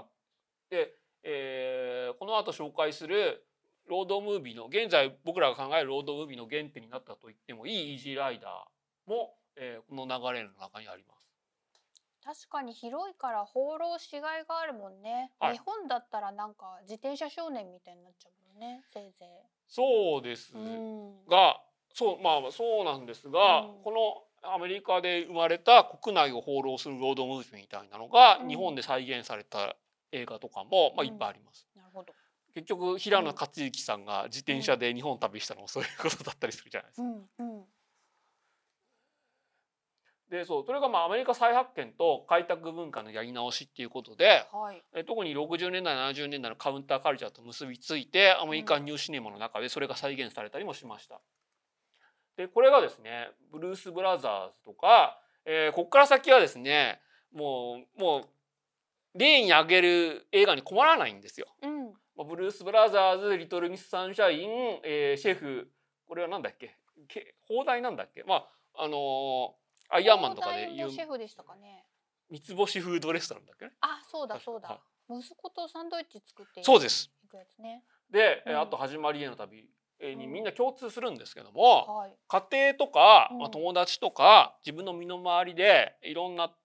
[SPEAKER 1] この後紹介するロードムービーの、現在僕らが考えるロードムービーの原点になったと言ってもいいイージーライダーも、この流れの中にあります。
[SPEAKER 2] 確かに広いから放浪しがいがあるもんね。日本だったらなんか自転車少年みたいになっちゃうもんね、せいぜい。
[SPEAKER 1] そうですが、そうなんですが、このアメリカで生まれた国内を放浪するロードムービーみたいなのが、日本で再現された映画とかも、いっぱいあります。
[SPEAKER 2] なるほど。
[SPEAKER 1] 結局平野勝之さんが自転車で日本旅したのもそういうことだったりするじゃないですか。でそれがアメリカ再発見と開拓文化のやり直しっていうことで、特に60年代70年代のカウンターカルチャーと結びついてアメリカンニューシネマの中でそれが再現されたりもしました。でこれがですね、ブルース・ブラザーズとか、ここから先はですね、もう例に挙げる映画に困らないんですよ。ブルース・ブラザーズ、リトル・ミス・サンシャイン、シェフ、これはなんだっけ、放題なんだっけ、アイアンマンとかで
[SPEAKER 2] いうシェフでしたかね。
[SPEAKER 1] 三つ星フードレストランだっけね。
[SPEAKER 2] そうだ。息子とサンドイッチ作って
[SPEAKER 1] そうです。
[SPEAKER 2] 行くやつね。
[SPEAKER 1] で、あと始まりへの旅にみんな共通するんですけども、家庭とか、友達とか自分の身の回りでいろんな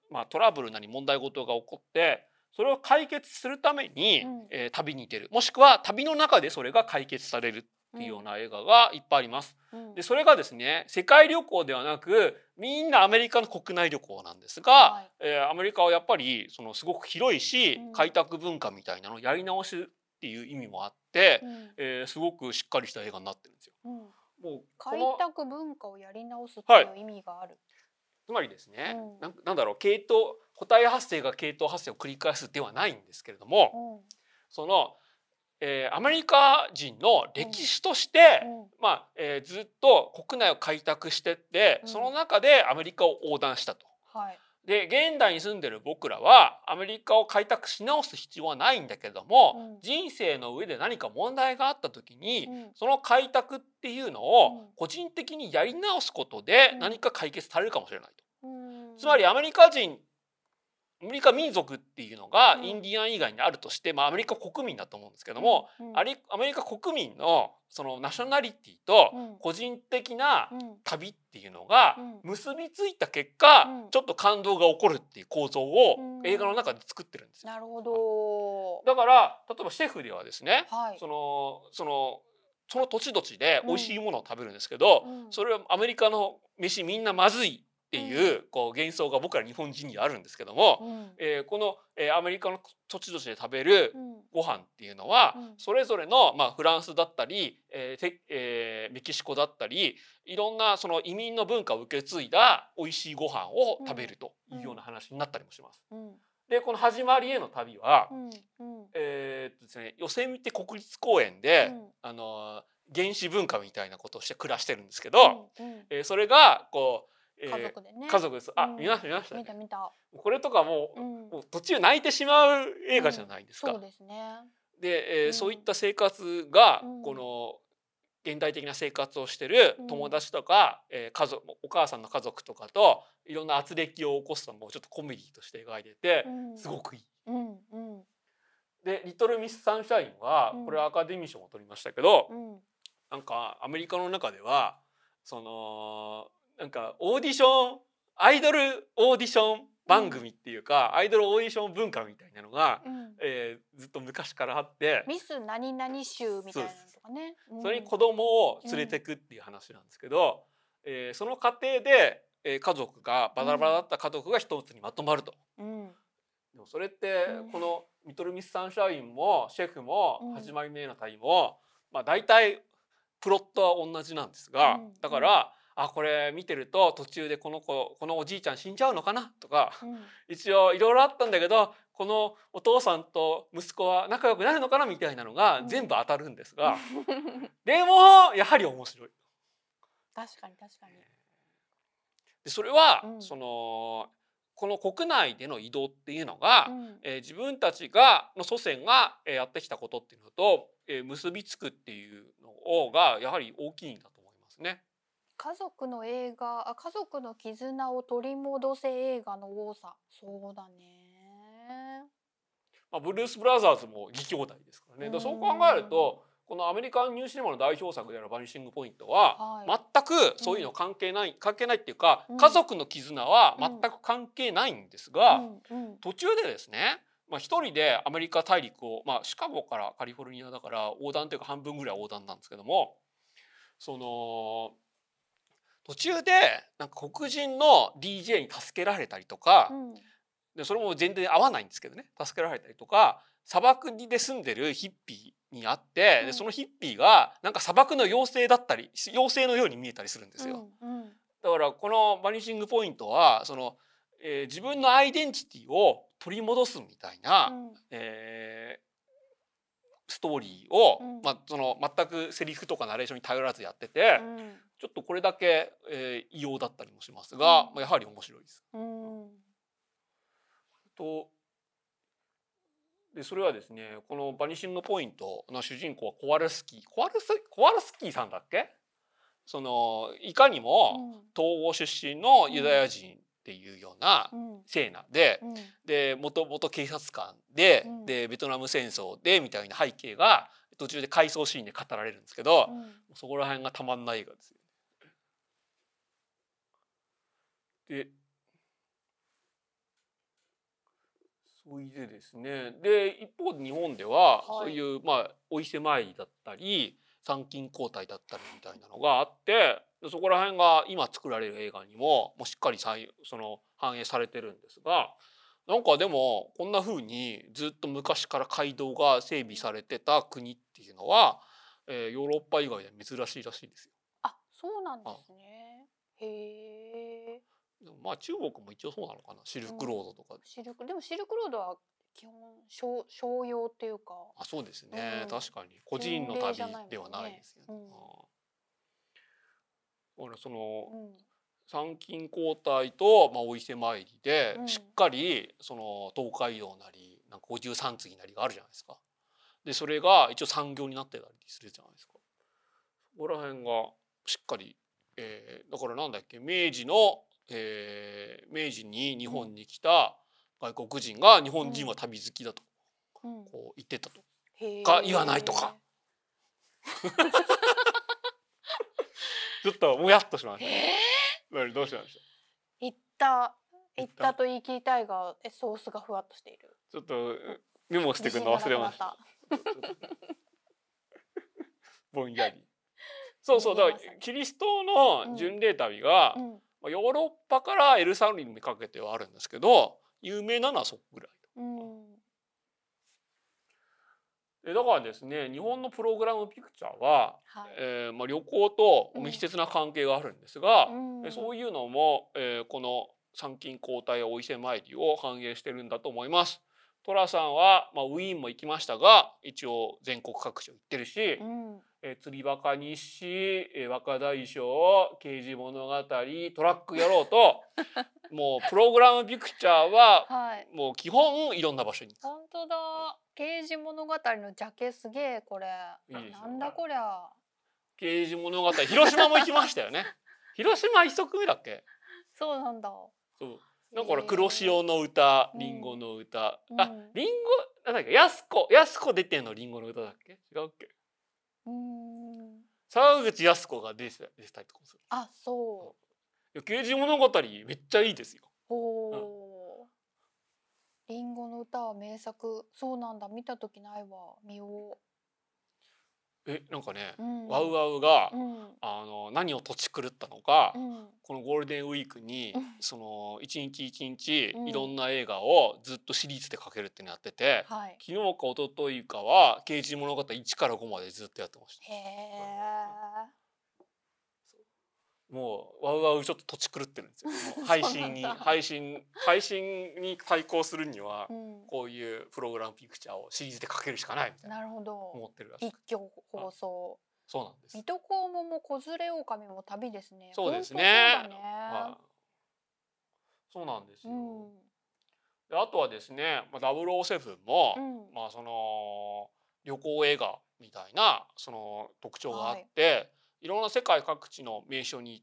[SPEAKER 1] トラブルなり問題事が起こってそれを解決するために、旅に出る、もしくは旅の中でそれが解決されるっていうような映画がいっぱいあります。でそれがですね世界旅行ではなくみんなアメリカの国内旅行なんですが、アメリカはやっぱりすごく広いし、開拓文化みたいなのをやり直しっていう意味もあって、すごくしっかりした映画になってるんですよ。
[SPEAKER 2] もう開拓文化をやり直すっていう意味がある。
[SPEAKER 1] つまりですね、なんだろう個体発生が系統発生を繰り返すではないんですけれども、アメリカ人の歴史として、ずっと国内を開拓してって、その中でアメリカを横断したと。で現代に住んでる僕らはアメリカを開拓し直す必要はないんだけれども、人生の上で何か問題があった時に、その開拓っていうのを個人的にやり直すことで何か解決されるかもしれないと。つまりアメリカ民族っていうのがインディアン以外にあるとして、アメリカ国民だと思うんですけども、アメリカ国民のそのナショナリティと個人的な旅っていうのが結びついた結果、ちょっと感動が起こるっていう構造を映画の中で作ってるんですよ。
[SPEAKER 2] なるほど。
[SPEAKER 1] だから例えばシェフではですね、その土地土地で美味しいものを食べるんですけど、それはアメリカの飯みんなまずいっていう幻想が僕ら日本人にあるんですけども、このアメリカの土地土地で食べるご飯っていうのはそれぞれのフランスだったりメキシコだったりいろんなその移民の文化を受け継いだ美味しいご飯を食べるというような話になったりもします。でこの始まりへの旅はですね、ヨセミテ国立公園で原始文化みたいなことをして暮らしてるんですけど、それが家族です。見ましたね。
[SPEAKER 2] 見た。
[SPEAKER 1] これとかもう途中泣いてしまう映画じゃないですか。
[SPEAKER 2] そうですね。
[SPEAKER 1] で、そういった生活がこの現代的な生活をしてる友達とか家族、お母さんの家族とかといろんな軋轢を起こすのもちょっとコメディとして描いててすごくいい。で、リトルミスサンシャインはこれはアカデミー賞も取りましたけど、なんかアメリカの中ではなんかアイドルオーディション番組っていうか、アイドルオーディション文化みたいなのが、ずっと昔からあって、
[SPEAKER 2] ミス何々州みたいなのとかね、
[SPEAKER 1] それに子供を連れてくっていう話なんですけど、その過程で、家族がバラバラだった家族が一つにまとまると。でもそれって、このリトルミスサンシャインもシェフも始まりのような旅も、大体プロットは同じなんですが、だから、これ見てると途中でこのおじいちゃん死んじゃうのかなとか、一応いろいろあったんだけどこのお父さんと息子は仲良くなるのかなみたいなのが全部当たるんですが、でもやはり面白い。
[SPEAKER 2] 確かに。
[SPEAKER 1] でそれは、この国内での移動っていうのが、自分たちの祖先がやってきたことっていうのと、結びつくっていうのがやはり大きいんだと思いますね。
[SPEAKER 2] 家族の絆を取り戻せ映画の多さ、そうだね。
[SPEAKER 1] ブルース・ブラザーズも義兄弟ですからね。そう考えるとこのアメリカンニューシネマの代表作であるバニッシングポイントは、全くそういうの関係ないっていうか、家族の絆は全く関係ないんですが、途中でですね、一人でアメリカ大陸を、シカゴからカリフォルニアだから横断というか半分ぐらい横断なんですけども、途中でなんか黒人の DJ に助けられたりとか、でそれも全然合わないんですけどね、助けられたりとか、砂漠で住んでるヒッピーに会って、でそのヒッピーがなんか砂漠の妖精だったり妖精のように見えたりするんですよ。だからこのバニッシングポイントは自分のアイデンティティを取り戻すみたいな、ストーリーを、全くセリフとかナレーションに頼らずやってて、ちょっとこれだけ、異様だったりもしますが、やはり面白いです。でそれはですね、このバニッシングポイントの主人公はコワルスキーさんだっけ？いかにも東欧出身のユダヤ人っていうような青年で、もともと警察官で、ベトナム戦争でみたいな背景が途中で回想シーンで語られるんですけど、そこら辺がたまんない映画ですよ。でそれでですね、で一方で日本では、そういうお伊勢参りだったり参勤交代だったりみたいなのがあって、そこら辺が今作られる映画にもしっかりその反映されてるんですが、なんかでもこんな風にずっと昔から街道が整備されてた国っていうのは、ヨーロッパ以外で珍しいらしいですよ。
[SPEAKER 2] あ、そうなんですね。へえ。
[SPEAKER 1] 中国も一応そうなのかな、シルクロードとかで。
[SPEAKER 2] でもシルクロードは基本商用っていうか。
[SPEAKER 1] あ、そうですね、確かに個人の旅ではないですよね。その、参勤交代と、お伊勢参りで、しっかりその東海道なりなんか53次なりがあるじゃないですか。でそれが一応産業になってたりするじゃないですか。そこら辺がしっかり、だからなんだっけ、明治に日本に来た外国人が日本人は旅好きだと、こう言ってたとか言わないとかちょっともやっとしました。どうしたんでしょう。
[SPEAKER 2] 言ったと言い切りたいがソースがふわっとしている。
[SPEAKER 1] ちょっとメモしてくるの忘れました。ぼんやり。そうそう、だからキリストの巡礼旅が、ヨーロッパからエルサレムにかけてはあるんですけど、有名なのはそこぐらい。だからですね、日本のプログラムピクチャーは、旅行と密接な関係があるんですが、そういうのも、この参勤交代やお伊勢参りを反映してるんだと思います。寅さんは、ウィーンも行きましたが、一応全国各地を行ってるし、釣りバカ日誌、若大将、刑事物語、トラック野郎ともうプログラムピクチャーはもう基本いろんな場所に。
[SPEAKER 2] 本当だ。刑事物語のジャケすげえこれ。なんだこりゃ。
[SPEAKER 1] 刑事物語、広島も行きましたよね。広島一足目だっけ。
[SPEAKER 2] そうなんだ。
[SPEAKER 1] そう。だから黒潮の歌、リンゴの歌、リンゴなんだっけ、やすこ出てんのリンゴの歌だっけ、違うっけ。沢口靖子が出てたりとかする。
[SPEAKER 2] あ、そう。
[SPEAKER 1] 刑事物語めっちゃいいですよ。
[SPEAKER 2] リンゴの歌は名作。そうなんだ、見た時ないわ。見よう。
[SPEAKER 1] なんかね、ワウワウが、何を土地狂ったのか、このゴールデンウィークに、その一日一日いろんな映画をずっとシリーズでかけるってのやってて、昨日か一昨日かは刑事物語1から5までずっとやってました。もうワウワウちょっと土地狂ってるんですよ。配信に対抗するには、こういうプログラムピクチャーをシリーズでかけるしかないみたいな思ってるらしい。
[SPEAKER 2] 一挙放送。
[SPEAKER 1] そうなんです。
[SPEAKER 2] 水戸黄門も子連れ狼も旅ですね。
[SPEAKER 1] そうですね。そうなんですよ。であとはですね、007も、その旅行映画みたいなその特徴があって、いろんな世界各地の名所に行って、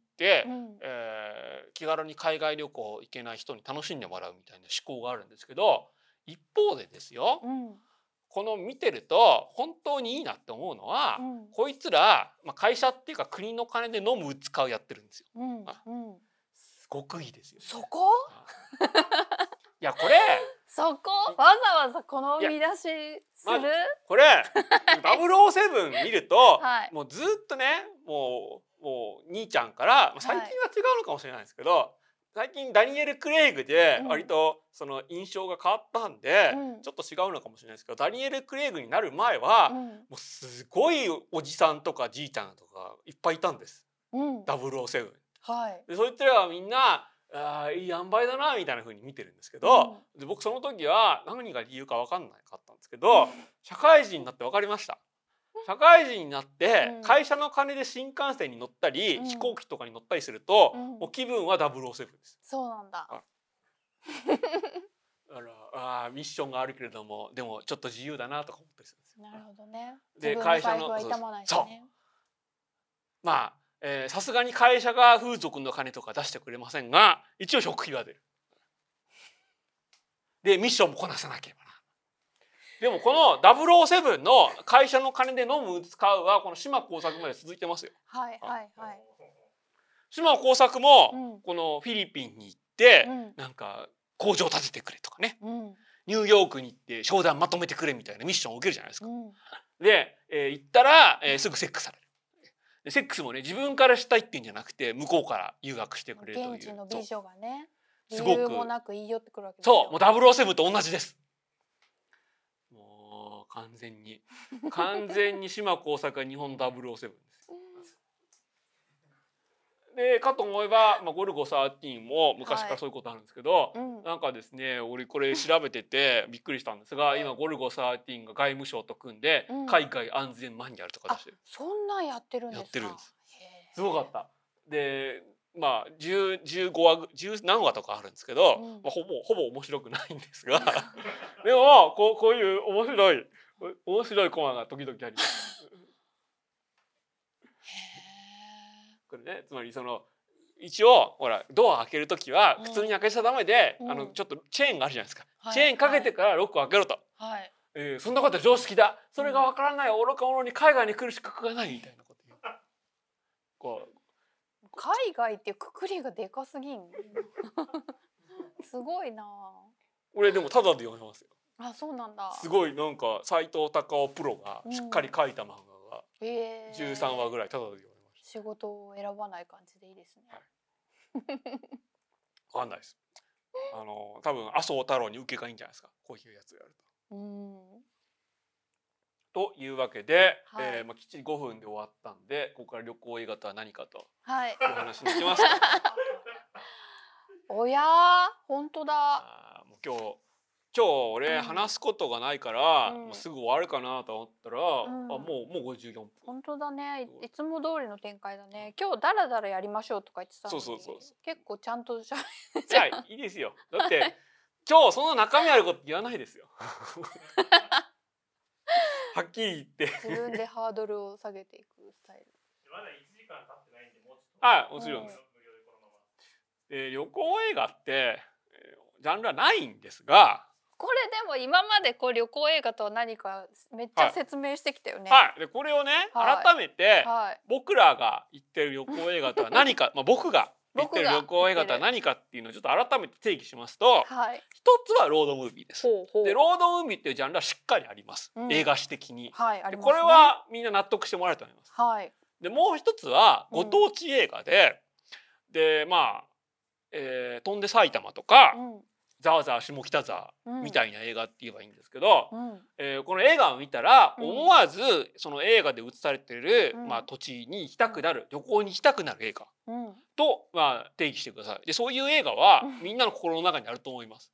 [SPEAKER 1] 気軽に海外旅行行けない人に楽しんでもらうみたいな思考があるんですけど、一方でですよ、この見てると本当にいいなって思うのは、こいつら、会社っていうか国の金で飲む使うやってるんですよ。すごくいいですよ。
[SPEAKER 2] そこ
[SPEAKER 1] いやこれ
[SPEAKER 2] そこわざわざこの見出しする、
[SPEAKER 1] これ007見ると、もうずっとね、もう兄ちゃんから最近は違うのかもしれないですけど、最近ダニエル・クレイグで割とその印象が変わったんで、ちょっと違うのかもしれないですけど、ダニエル・クレイグになる前は、もうすごいおじさんとかじいちゃんとかいっぱいいたんです、007。でそいつらはみんないい塩梅だなみたいな風に見てるんですけど、で僕その時は何が理由か分かんなかったんですけど、社会人になって分かりました。社会人になって会社の金で新幹線に乗ったり、飛行機とかに乗ったりすると、もう気分は007です。
[SPEAKER 2] そうなんだ。
[SPEAKER 1] だからミッションがあるけれどもでもちょっと自由だなとか思ったりするんですよ。
[SPEAKER 2] なるほどね。
[SPEAKER 1] で会社のさすがに会社が風俗の金とか出してくれませんが、一応食費は出る。でミッションもこなさなければな。でもこの007の会社の金で飲む使うはこの島耕作まで続いてますよ。島耕作もこのフィリピンに行って、なんか工場建ててくれとかね、 ニューヨークに行って商談まとめてくれみたいなミッションを受けるじゃないですか。で、行ったら、すぐセックスされる。でセックスもね自分からしたいっていうんじゃなくて向こうから誘惑してくれるという。
[SPEAKER 2] 現地の美女がね理由もなく言い寄ってくるわけです
[SPEAKER 1] よ。そう、もう007と同じです。もう完全に島耕作が日本007です。でかと思えば、ゴルゴ13も昔からそういうことあるんですけど、なんかですね俺これ調べててびっくりしたんですが、今ゴルゴ13が外務省と組んで、海外安全マニュアルとか出してる。
[SPEAKER 2] そんなんやってるんですか。
[SPEAKER 1] やってるんです。すごかった。で15話10何話とかあるんですけど、ほぼ面白くないんですがでもこういう面白いコマが時々あります。これね、つまり一応ほらドア開けるときは普通に開けちゃダメで、ちょっとチェーンがあるじゃないですか、チェーンかけてからロックを開けろと、そんなこと常識だ、それがわからない愚か者に海外に来る資格がないみたいなこと言う。こう
[SPEAKER 2] 海外っていうくくりがでかすぎんすごいな。
[SPEAKER 1] 俺でもタダで読めますよ。
[SPEAKER 2] あ、そうなんだ。
[SPEAKER 1] すごいなんか斉藤隆夫プロがしっかり書いた漫画が13話ぐらいタダで読めました。
[SPEAKER 2] 仕事を選ばない感じでいいですね。
[SPEAKER 1] わかんないです。多分麻生太郎に受けがいいんじゃないですか、こういうやつをやると。というわけで、きっちり5分で終わったんで、ここから旅行映画とは何かという話にしますか。
[SPEAKER 2] おや本当だ。
[SPEAKER 1] もう今日俺話すことがないから、もうすぐ終わるかなと思ったら、もう54分。
[SPEAKER 2] 本当だね、いつも通りの展開だね。今日ダラダラやりましょうとか言ってたのに、そう結構ちゃんとじゃ
[SPEAKER 1] いいですよ。だって今日その中身あること言わないですよ。はっきり言って
[SPEAKER 2] 自分でハードルを下げていくスタイル。
[SPEAKER 3] まだ1時間経ってないんで、もうちょっと。
[SPEAKER 1] はい、もちろんです。旅行映画ってジャンルはないんですが、
[SPEAKER 2] これでも今まで旅行映画とは何かめっちゃ説明してきたよね。
[SPEAKER 1] でこれをね、改めて僕らが言ってる旅行映画とは何か、僕が言ってる旅行映画とは何かっていうのをちょっと改めて定義しますと、一つはロードムービーです。でロードムービーっていうジャンルはしっかりあります、映画史的に。これはみんな納得してもらえると思います。でもう一つはご当地映画で、飛んで埼玉とか、ざわざわ下北沢みたいな映画って言えばいいんですけど、この映画を見たら思わずその映画で映されている、土地に行きたくなる、旅行に行きたくなる映画と、定義してください。でそういう映画はみんなの心の中にあると思います。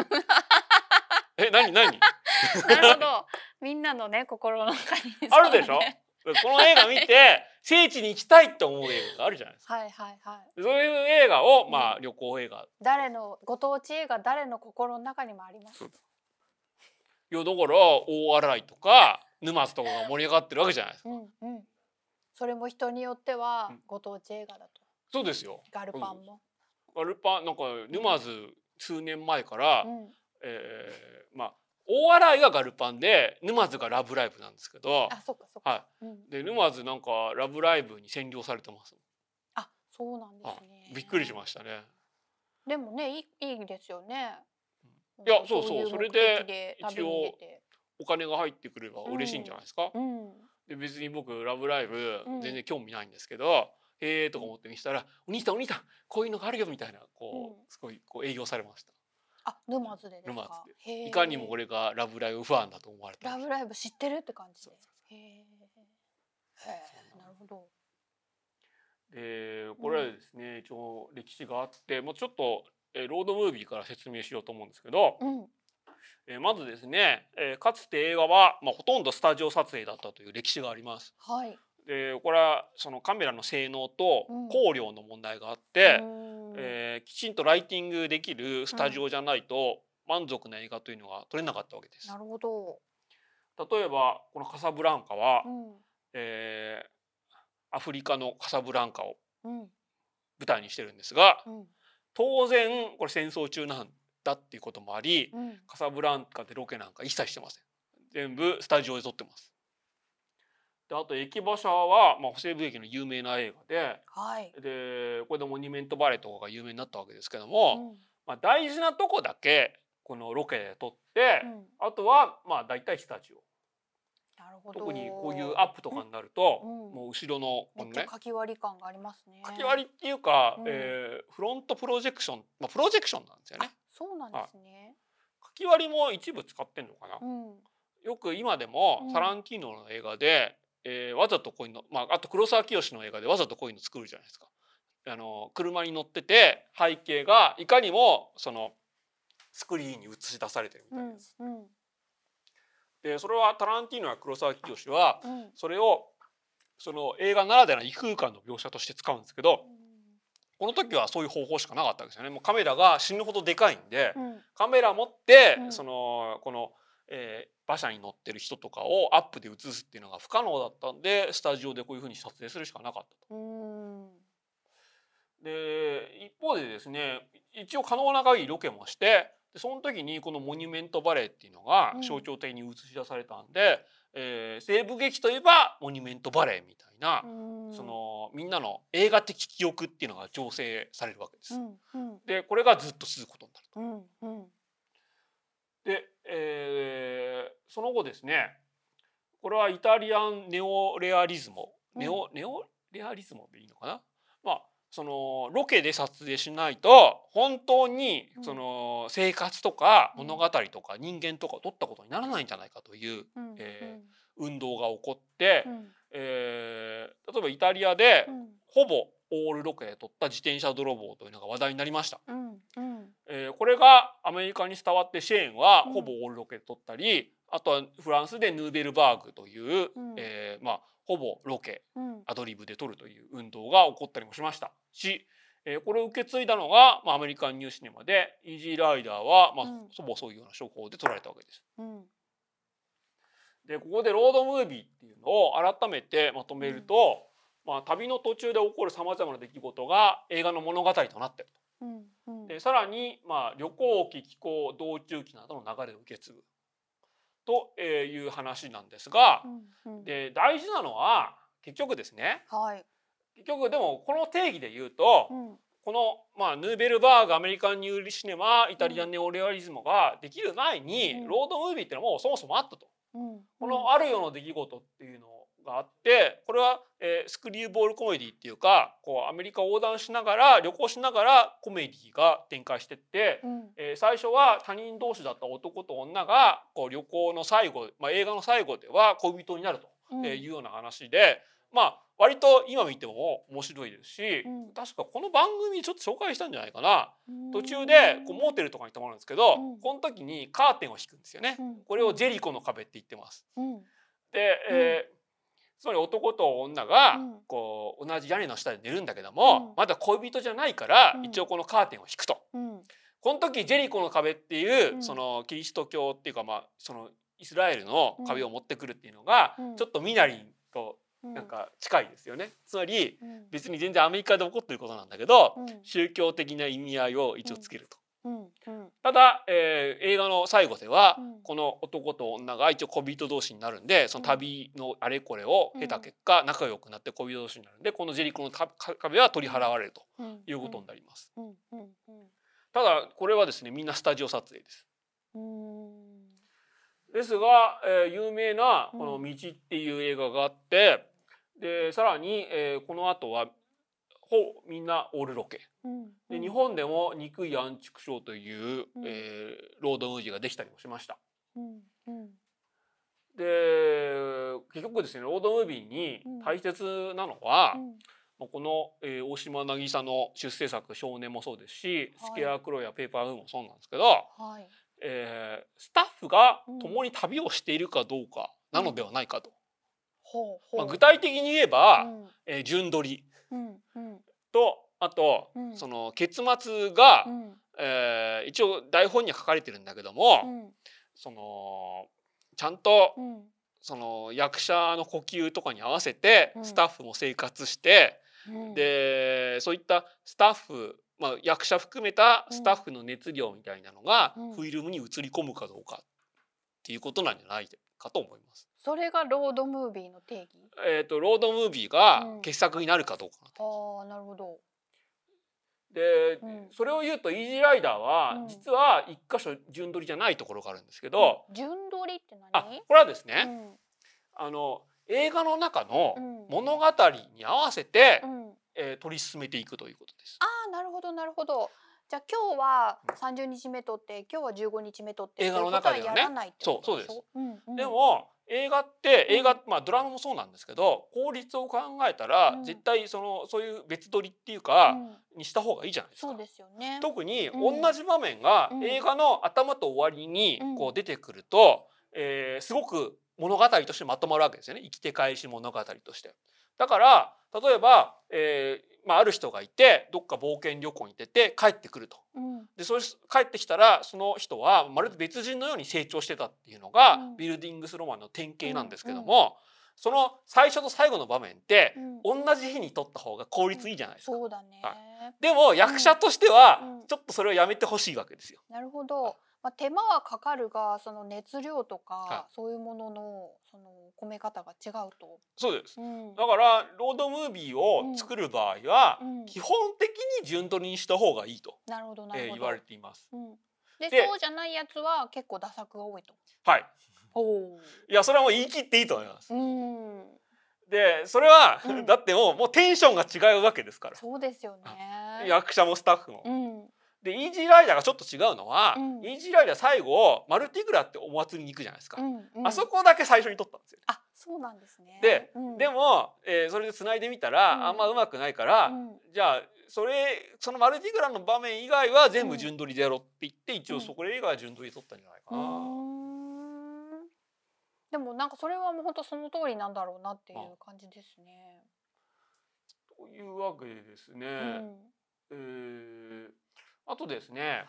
[SPEAKER 1] 何なる
[SPEAKER 2] ほど、みんなのね心の中に
[SPEAKER 1] あるでしょ。この映画見て聖地に行きたいって思う映画があるじゃないですか。そういう映画を旅行映画。
[SPEAKER 2] 誰のご当地映画、誰の心の中にもあります。
[SPEAKER 1] いやだから大洗とか沼津とかが盛り上がってるわけじゃないですか。
[SPEAKER 2] それも人によってはご当地映画だと。
[SPEAKER 1] そうですよ。
[SPEAKER 2] ガルパンも。
[SPEAKER 1] ガルパンなんか沼津数年前から大洗がガルパンで沼津がラブライブなんですけど、で沼津なんかラブライブに占領されてます。
[SPEAKER 2] あ、そうなんですね。
[SPEAKER 1] びっくりしましたね。
[SPEAKER 2] でもね、いいですよね。
[SPEAKER 1] いや、そうそれで一応お金が入ってくれば嬉しいんじゃないですか。で別に僕ラブライブ全然興味ないんですけど、へえとか思って見せたら、お兄さんこういうのがあるよみたいな、すごい営業されました。
[SPEAKER 2] 沼津でですか。
[SPEAKER 1] 沼津でいかにも俺がラブライブファンだと思われた。
[SPEAKER 2] ラブライブ知ってるって感じで。なるほど。
[SPEAKER 1] これはですね、一応歴史があって、ちょっとロードムービーから説明しようと思うんですけど、まずですね、かつて映画はほとんどスタジオ撮影だったという歴史があります。でこれはそのカメラの性能と光量の問題があって、きちんとライティングできるスタジオじゃないと満足な映画というのが撮れなかったわけです。
[SPEAKER 2] なるほど。
[SPEAKER 1] 例えばこのカサブランカは、アフリカのカサブランカを舞台にしてるんですが、当然これ戦争中なんだっていうこともあり、カサブランカでロケなんか一切してません。全部スタジオで撮ってます。であと駅馬車は、西部劇の有名な映画で、でこれでモニュメントバレーとかが有名になったわけですけども、大事なとこだけこのロケで撮って、あとはまあ大体スタジオ。
[SPEAKER 2] なるほど。
[SPEAKER 1] 特にこういうアップとかになると、もう後ろの
[SPEAKER 2] このね、めっちゃかき割り感がありますね。
[SPEAKER 1] かき割りっていうか、フロントプロジェクション、まあプロジェクションなんですよね。
[SPEAKER 2] そうなんですね。
[SPEAKER 1] かき割りも一部使ってんのかな。よく今でもタランティーノの映画で、わざとこういうの、まああと黒沢清の映画でわざとこういうの作るじゃないですか。車に乗ってて背景がいかにもそのスクリーンに映し出されてるみたいなやつ。でそれはタランティーノや黒沢清はそれをその映画ならではの異空間の描写として使うんですけど、この時はそういう方法しかなかったんですよね。もうカメラが死ぬほどでかいんで、カメラ持ってそのこの馬車に乗ってる人とかをアップで映すっていうのが不可能だったんで、スタジオでこういうふうに撮影するしかなかったと。で一方でですね、一応可能な限りロケもして、でその時にこのモニュメントバレーっていうのが象徴的に映し出されたんで、西部劇といえばモニュメントバレーみたいな、そのみんなの映画的記憶っていうのが醸成されるわけです。でこれがずっと続くことになると。で、その後ですね、これはイタリアンネオレアリズモ、ネオレアリズモでいいのかな。まあそのロケで撮影しないと本当にその生活とか物語とか人間とかを撮ったことにならないんじゃないかという運動が起こって、例えばイタリアでほぼオールロケで撮った自転車泥棒というのが話題になりました。これがアメリカに伝わってシェーンはほぼオールロケで撮ったり、あとはフランスでヌーベルバーグという、まあほぼロケ、アドリブで撮るという運動が起こったりもしましたし、これを受け継いだのが、アメリカンニューシネマでイージーライダーは、ほぼそういうような手法で撮られたわけです。でここでロードムービーっていうのを改めてまとめると、旅の途中で起こるさまざまな出来事が映画の物語となっていると。でさらに、旅行記、気候、道中記などの流れを受け継ぐという話なんですが、で大事なのは結局ですね、結局でもこの定義で言うと、この、ヌーベルバーグ、アメリカンニューシネマ、イタリアンネオレアリズムができる前に、ロードムービーっていうのはもうそもそもあったと。このあるような出来事っていうのがあって、これは、スクリューボールコメディっていうか、こうアメリカを横断しながら旅行しながらコメディが展開してって、最初は他人同士だった男と女がこう旅行の最後、映画の最後では恋人になるというような話で、割と今見ても面白いですし、確かこの番組ちょっと紹介したんじゃないかな。途中でこうモーテルとかに泊まるんですけど、この時にカーテンを引くんですよね。これをジェリコの壁って言ってます。で、つまり男と女がこう同じ屋根の下で寝るんだけども、まだ恋人じゃないから一応このカーテンを引くと。この時ジェリコの壁っていうそのキリスト教っていうか、そのイスラエルの壁を持ってくるっていうのがちょっとミナリンとなんか近いですよね。つまり別に全然アメリカで起こってることなんだけど、宗教的な意味合いを一応つけると。ただ、映画の最後ではこの男と女が一応恋人同士になるんで、その旅のあれこれを経た結果仲良くなって恋人同士になるんで、このジェリコの壁は取り払われるということになります。ただこれはですね、みんなスタジオ撮影です。ですが、有名なこの道っていう映画があって、でさらに、この後はみんなオールロケ、で日本でも憎い安畜生という、ロードムービーができたりもしました。で結局ですね、ロードムービーに大切なのは、この、大島渚の出世作「少年」もそうですし、スケアクロウやペーパームーンもそうなんですけど、スタッフが共に旅をしているかどうかなのではないかと。具体的に言えば、順撮りと、あと、その結末が、一応台本には書かれてるんだけども、そのちゃんと、その役者の呼吸とかに合わせてスタッフも生活して、でそういったスタッフ、役者含めたスタッフの熱量みたいなのがフィルムに映り込むかどうかっていうことなんじゃないかと思います。
[SPEAKER 2] それがロードムービーの定義？
[SPEAKER 1] ロードムービーが傑作になるかどうかなと。
[SPEAKER 2] なるほど。
[SPEAKER 1] で、それを言うとイージーライダーは実は一箇所順撮りじゃないところがあるんですけど、
[SPEAKER 2] 順撮りって何？
[SPEAKER 1] これはですね、映画の中の物語に合わせて、撮り進めていくということです。
[SPEAKER 2] なるほどなるほど。じゃあ今日は30日目撮って今日は15日目撮って
[SPEAKER 1] 映画の中ではね、そうです。でも映画ドラマもそうなんですけど、効率を考えたら絶対そういう別撮りっていうかにした方がいいじゃないですか。
[SPEAKER 2] そうですよね。
[SPEAKER 1] 特に同じ場面が映画の頭と終わりにこう出てくると、すごく物語としてまとまるわけですよね。生きて返し物語として。だから例えば、ある人がいてどっか冒険旅行に出て帰ってくると。で帰ってきたらその人はまるで別人のように成長してたっていうのが、ビルディングスロマンの典型なんですけども、その最初と最後の場面って、同じ日に撮った方が効率いいじゃないですか。
[SPEAKER 2] そうだね。
[SPEAKER 1] でも役者としてはちょっとそれをやめてほしいわけですよ。
[SPEAKER 2] なるほど。手間はかかるがその熱量とか、そういうもののその込め方が違うと。
[SPEAKER 1] そうです、だからロードムービーを作る場合は、基本的に順撮りにした方がいいと言われています。
[SPEAKER 2] でそうじゃないやつは結構ダ作が多いと。
[SPEAKER 1] はい。いやそれはもう言い切っていいと思います。でそれは、だってもうテンションが違うわけですから。
[SPEAKER 2] そうですよね。
[SPEAKER 1] 役者もスタッフも。でイージーライダーがちょっと違うのは、イージーライダー最後マルティグラってお祭りに行くじゃないですか。あそこだけ最初に撮ったんですよ。
[SPEAKER 2] そうなんですね。
[SPEAKER 1] でも、それで繋いでみたら、あんまうまくないから、じゃあそのマルティグラの場面以外は全部順撮りでやろうって言って、一応そこ以外は順撮りで撮ったんじゃないかな。
[SPEAKER 2] でもなんかそれはもう本当その通りなんだろうなっていう感じですね。
[SPEAKER 1] というわけでですね、あとですね、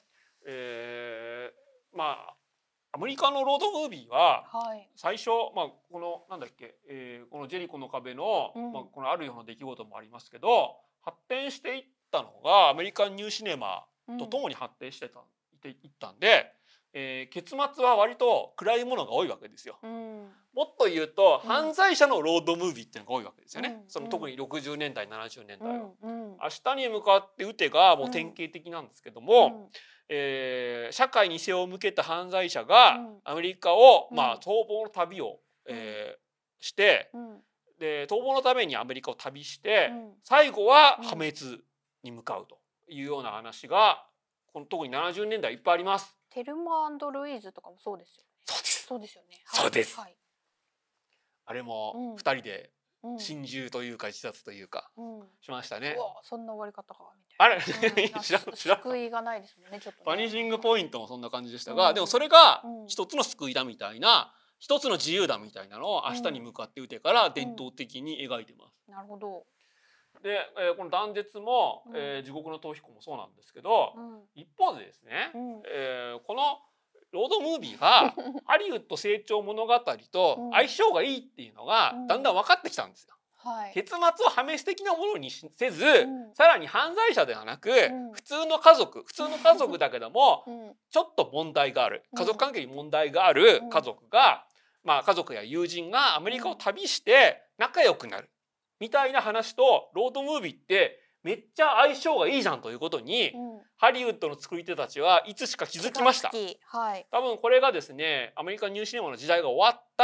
[SPEAKER 1] アメリカのロードムービーは最初、このなんだっけ、このジェリコの壁の、このあるような出来事もありますけど、発展していったのがアメリカンニューシネマとともに発展していったんで、結末は割と暗いものが多いわけですよ。もっと言うと犯罪者のロードムービーっていうのが多いわけですよね。特に60年代70年代は。明日に向かって撃てがもう典型的なんですけども、社会に背を向けた犯罪者がアメリカを、逃亡の旅を、して、で逃亡のためにアメリカを旅して、最後は破滅に向かうというような話が特に70年代いっぱいあります。
[SPEAKER 2] テルマ&ルイーズとかもそうですよね。そうですよね。
[SPEAKER 1] そうです。あれも2人で心中というか自殺というかしましたね。
[SPEAKER 2] そんな終わり方がみ
[SPEAKER 1] たいな。あれ
[SPEAKER 2] 救いがないですもんね。ちょっと。
[SPEAKER 1] バニシングポイントもそんな感じでしたが、でもそれが一つの救いだみたいな、一つの自由だみたいなのを明日に向かって撃てから伝統的に描いてます。
[SPEAKER 2] なるほど。
[SPEAKER 1] で、この断絶も、地獄の逃避行もそうなんですけど、一方でですね、このロードムービーがハリウッド成長物語と相性がいいっていうのがだんだん分かってきたんですよ。結末を破滅的なものにせず、さらに犯罪者ではなく、普通の家族だけども、ちょっと問題がある、家族関係に問題がある家族が、家族や友人がアメリカを旅して仲良くなるみたいな話とロードムービーってめっちゃ相性がいいじゃんということに、ハリウッドの作り手たちはいつしか気づきました。多分これがですね、アメリカンニューシネマの時代が終わった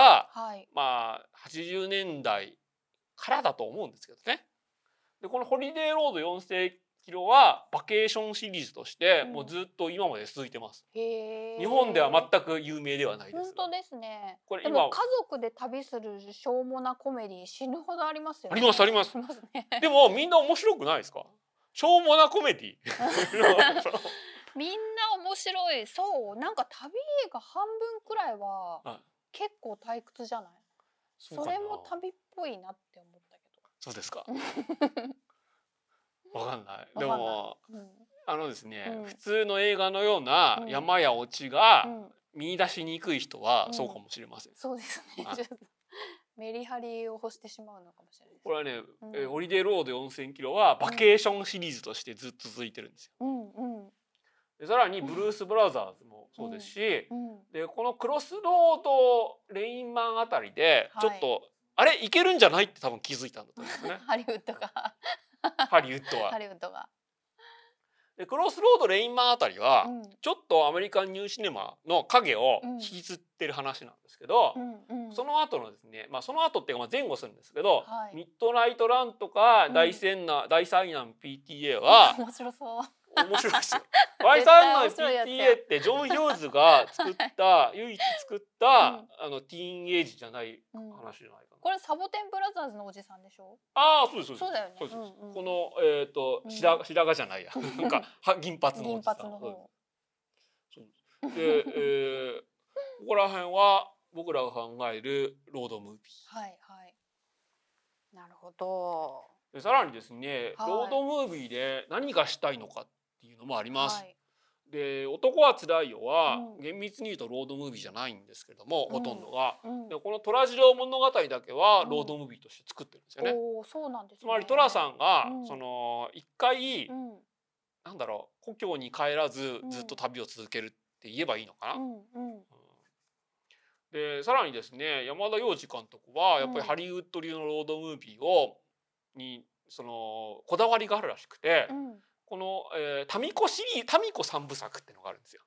[SPEAKER 1] 、80年代からだと思うんですけどね。でこのホリデーロード4000キロはバケーションシリーズとしてもうずっと今まで続いてます。日本では全く有名ではないです。
[SPEAKER 2] 本当ですね。これでも家族で旅するしょうもなコメディ死ぬほどありますよね。
[SPEAKER 1] あります。でもみんな面白くないですか？しょうもなコメディ
[SPEAKER 2] みんな面白い。そう、なんか旅映画半分くらいは結構退屈じゃない？それも旅っぽいなって思ったけど。
[SPEAKER 1] そうですか。わかんない。でもですね、普通の映画のような山やオチが見出しにくい人はそうかもしれません。
[SPEAKER 2] そうですね。ちょっとメリハリを欲してしまうのかもしれない。
[SPEAKER 1] これはね、ホリデーロード4000キロはバケーションシリーズとしてずっと続いてるんですよ。でさらにブルース・ブラザーズもそうですし、でこのクロスロードレインマンあたりでちょっと、あれいけるんじゃないって多分気づいたんだと思うんですね。
[SPEAKER 2] ハリウッドが。
[SPEAKER 1] ハリウッドは。 でクロスロードレインマンあたりは、ちょっとアメリカンニューシネマの影を引きずってる話なんですけど、その後のですね、その後っていうか前後するんですけど、ミッドナイトランとか大災難 PTA は
[SPEAKER 2] 面白そう。
[SPEAKER 1] 面白いですよ。大災難 PTA ってジョン・ヒューズが作った唯一作ったティーンエイジじゃない話じゃないかな。
[SPEAKER 2] これサボテンブラザーズのおじさんでしょ。
[SPEAKER 1] ああ、そうです。
[SPEAKER 2] そうだよね。
[SPEAKER 1] この白髪じゃないや、なんか銀髪のおじさん。銀髪の方。で、ここら辺は僕らが考えるロードムービー。
[SPEAKER 2] はいはい。なるほど。
[SPEAKER 1] でさらにですね、ロードムービーで何がしたいのかっていうのもあります。で、男はつらいよは、厳密に言うとロードムービーじゃないんですけども、ほとんどが、でこの虎次郎物語だけはロードムービーとして作ってるんですよね。
[SPEAKER 2] そうなんですね。
[SPEAKER 1] つまり寅さんが、その一回、なんだろう、故郷に帰らずずっと旅を続けるって言えばいいのかな。でさらにですね、山田洋次監督はやっぱりハリウッド流のロードムービーにそのこだわりがあるらしくて、この民子シリーズ、民子三部作っていうのがあるんですよ。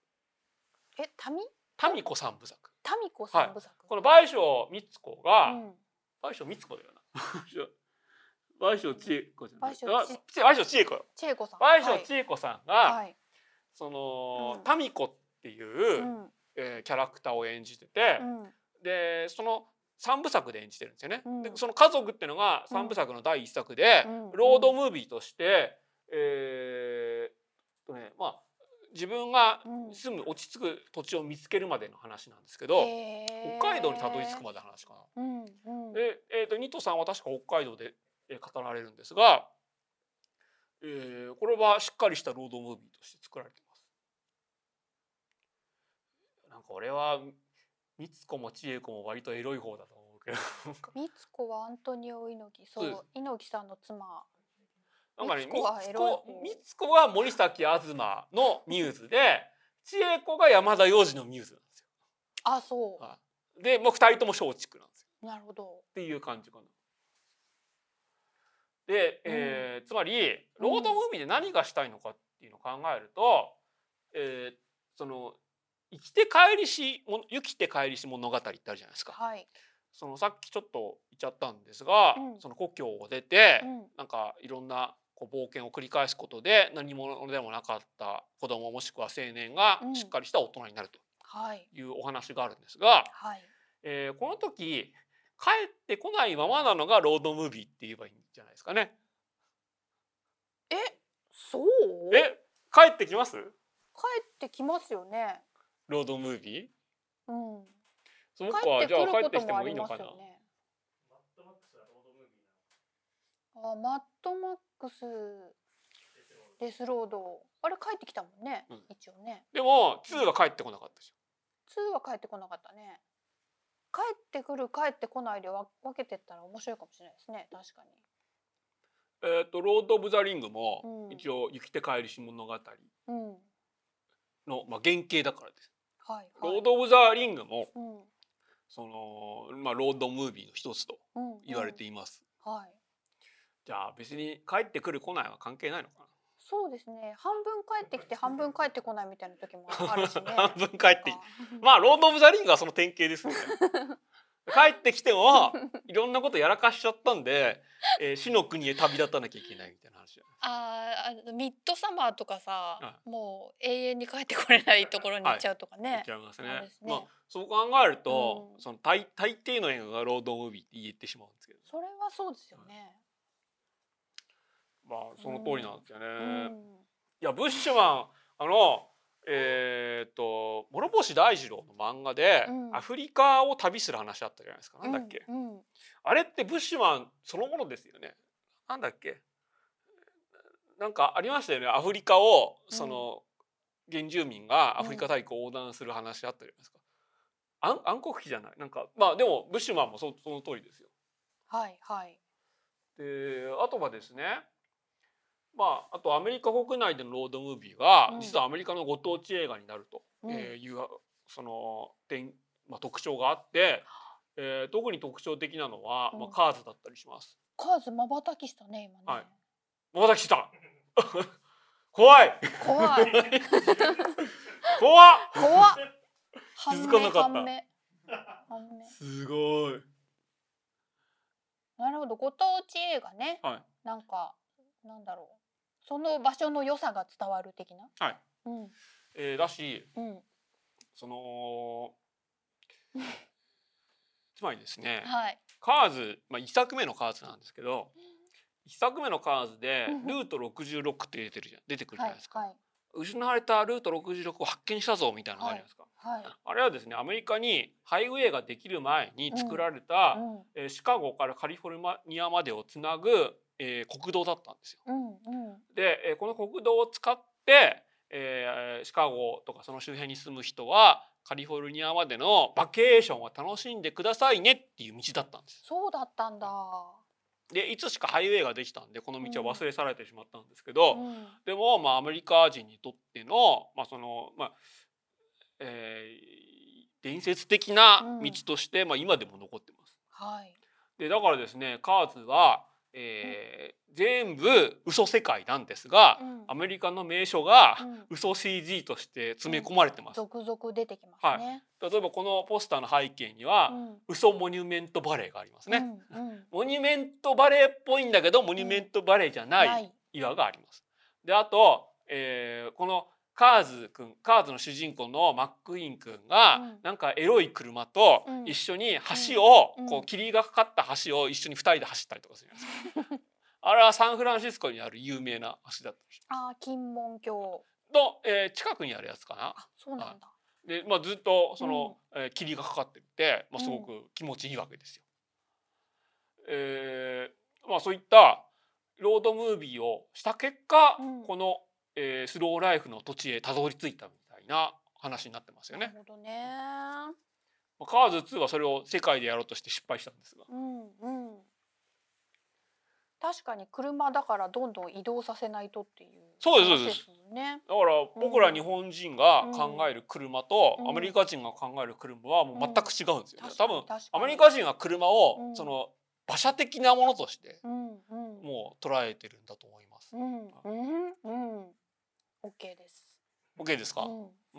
[SPEAKER 1] 民子三部作。
[SPEAKER 2] 民子三部作。
[SPEAKER 1] この倍賞光子が、倍賞光子だよな。倍賞千恵子じゃない。倍賞千恵子よ。
[SPEAKER 2] 千恵子さん。
[SPEAKER 1] 倍賞千恵子さんがその民子っていうキャラクターを演じてて、でその3部作で演じてるんですよね。でその家族っていうのが3部作の第1作で、ロードムービーとして自分が住む落ち着く土地を見つけるまでの話なんですけど、北海道にたどり着くまでの話かな。でニトさんは確か北海道で語られるんですが、これはしっかりしたロードムービーとして作られています。なんか俺は光子も千恵子も割とエロい方だと思うけど
[SPEAKER 2] 光子はアントニオ猪木、そう猪木さんの妻。
[SPEAKER 1] なんかね、光子は森崎東のミューズで、千恵子が山田洋次のミューズなんですよ。
[SPEAKER 2] あ、そう。
[SPEAKER 1] で、もう2人とも松竹なんですよ。
[SPEAKER 2] なるほど。
[SPEAKER 1] っていう感じかな。で、つまりロードムービーで何がしたいのかっていうのを考えると、その生きて帰りし物語ってあるじゃないですか。そのさっきちょっと言っちゃったんですが、その故郷を出て、なんかいろんな冒険を繰り返すことで何者でもなかった子供もしくは青年がしっかりした大人になるというお話があるんですが、この時帰ってこないままなのがロードムービーって言えばいいんじゃないですかね。
[SPEAKER 2] そう？
[SPEAKER 1] 帰ってきます？帰
[SPEAKER 2] ってきますよね。
[SPEAKER 1] ロードムービー？
[SPEAKER 2] そっか、じゃあ帰ってきてもいいのかな。マッドマックス、デスロード、あれ帰ってきたもんね、一応ね。
[SPEAKER 1] でも2は帰ってこなかったじ
[SPEAKER 2] ゃん。2は帰ってこなかったね。帰ってくる帰ってこないで分けてったら面白いかもしれないですね、確かに。
[SPEAKER 1] ロード・オブ・ザ・リングも一応生きて帰りし物語の原型だからです。ロード・オブ・ザ・リングもそのロードムービーの一つと言われています。じゃあ別に帰ってくる来ないは関係ないのかな。
[SPEAKER 2] そうですね。半分帰ってきて半分帰ってこないみたいな時もあるしね。
[SPEAKER 1] 半分帰ってロード・オブ・ザ・リングはその典型ですね。帰ってきてもいろんなことやらかしちゃったんで、死の国へ旅立たなきゃいけないみたいな話。
[SPEAKER 2] ミッドサマーとかさ、もう永遠に帰ってこれないところに行っちゃうとかね。
[SPEAKER 1] 行っちゃいますね。そう考えると、その大抵の映画がロードムービーって言えてしまうんですけど。
[SPEAKER 2] それはそうですよね。
[SPEAKER 1] その通りなんですよね。いやブッシュマン諸星大二郎の漫画でアフリカを旅する話あったじゃないですか。なんだっけ、あれってブッシュマンそのものですよね。なんだっけ、なんかありましたよね。アフリカをその原住民がアフリカ大陸を横断する話あったじゃないですか。暗黒期じゃない、なんかでもブッシュマンもその通りですよ。であとはですね、あとアメリカ国内でのロードムービーが実はアメリカのご当地映画になるというその特徴があって、特に特徴的なのはカーズだったりします。
[SPEAKER 2] カーズ瞬きしたね今ね。
[SPEAKER 1] 瞬きした怖い
[SPEAKER 2] 怖い
[SPEAKER 1] 怖っ
[SPEAKER 2] 気
[SPEAKER 1] づかなかった。
[SPEAKER 2] 判明
[SPEAKER 1] すごい。
[SPEAKER 2] なるほど、ご当地映画ね。はい、なんかなんだろう、その場所の良さが伝わる的な。
[SPEAKER 1] はい。だし、そのつまりですね、はい、カーズ、1作目のカーズなんですけど、1作目のカーズでルート66って出てくるじゃないですか。はいはい、失われたルート66を発見したぞみたいなのがあるじゃないですか。はいはい、あれはですね、アメリカにハイウェイができる前に作られた、シカゴからカリフォルニアまでをつなぐ、国道だったんですよ。で、この国道を使って、シカゴとかその周辺に住む人はカリフォルニアまでのバケーションを楽しんでくださいねっていう道だったんです。
[SPEAKER 2] そうだったんだ。
[SPEAKER 1] でいつしかハイウェイができたんでこの道は忘れ去られてしまったんですけど、でも、アメリカ人にとっての、伝説的な道として、今でも残ってます。はい、でだからですね、カーズは、全部嘘世界なんですが、アメリカの名所が嘘 CG として詰め込まれてます。
[SPEAKER 2] 続々出てきますね。
[SPEAKER 1] はい、例えばこのポスターの背景には、嘘モニュメントバレーがありますね。モニュメントバレーっぽいんだけどモニュメントバレーじゃない岩があります。であと、このカーズの主人公のマックイーン君が、なんかエロい車と一緒に橋を、霧がかかった橋を一緒に2人で走ったりとかするじゃないですか。あれはサンフランシスコにある有名な橋だったりし
[SPEAKER 2] ます。金門橋
[SPEAKER 1] の、近くにあるやつかな。
[SPEAKER 2] そうなんだ。
[SPEAKER 1] で、ずっとその、霧がかかっていて、すごく気持ちいいわけですよ。そういったロードムービーをした結果、このスローライフの土地へたどり着いたみたいな話になってますよね。
[SPEAKER 2] なるほどね。
[SPEAKER 1] カーズ2はそれを世界でやろうとして失敗したんですが、
[SPEAKER 2] 確かに車だからどんどん移動させないとっていう、
[SPEAKER 1] そうですね。だから僕ら日本人が考える車とアメリカ人が考える車はもう全く違うんですよね。多分アメリカ人は車をその馬車的なものとしてもう捉えてるんだと思います。
[SPEAKER 2] OK です。
[SPEAKER 1] OK ですか？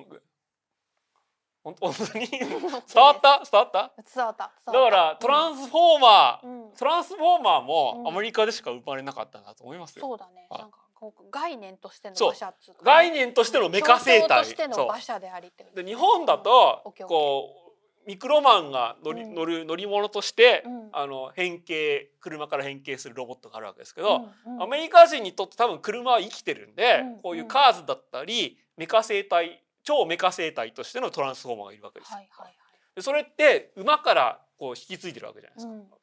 [SPEAKER 1] 本当に伝わった？だからトランスフォーマーもアメリカでしか生まれなかったなと思いますよ。
[SPEAKER 2] そうだね。なんか概念としての馬車っていうか、
[SPEAKER 1] 概念としてのメカ生態
[SPEAKER 2] としての馬車でありって
[SPEAKER 1] で、日本だとミクロマンが乗り物として、車から変形するロボットがあるわけですけど、アメリカ人にとって多分車は生きてるんで、こういうカーズだったり超メカ生態としてのトランスフォーマーがいるわけです。でそれって馬から引き継いでるわけじゃないですか。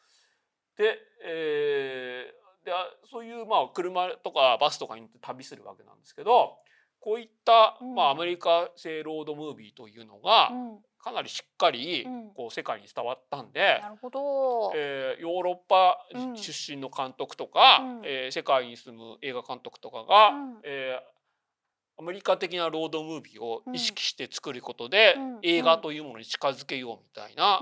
[SPEAKER 1] でそういう車とかバスとかに乗って旅するわけなんですけど、こういったアメリカ製ロードムービーというのがかなりしっかり世界に伝わったんで、ヨーロッパ出身の監督とか世界に住む映画監督とかがアメリカ的なロードムービーを意識して作ることで映画というものに近づけようみたいな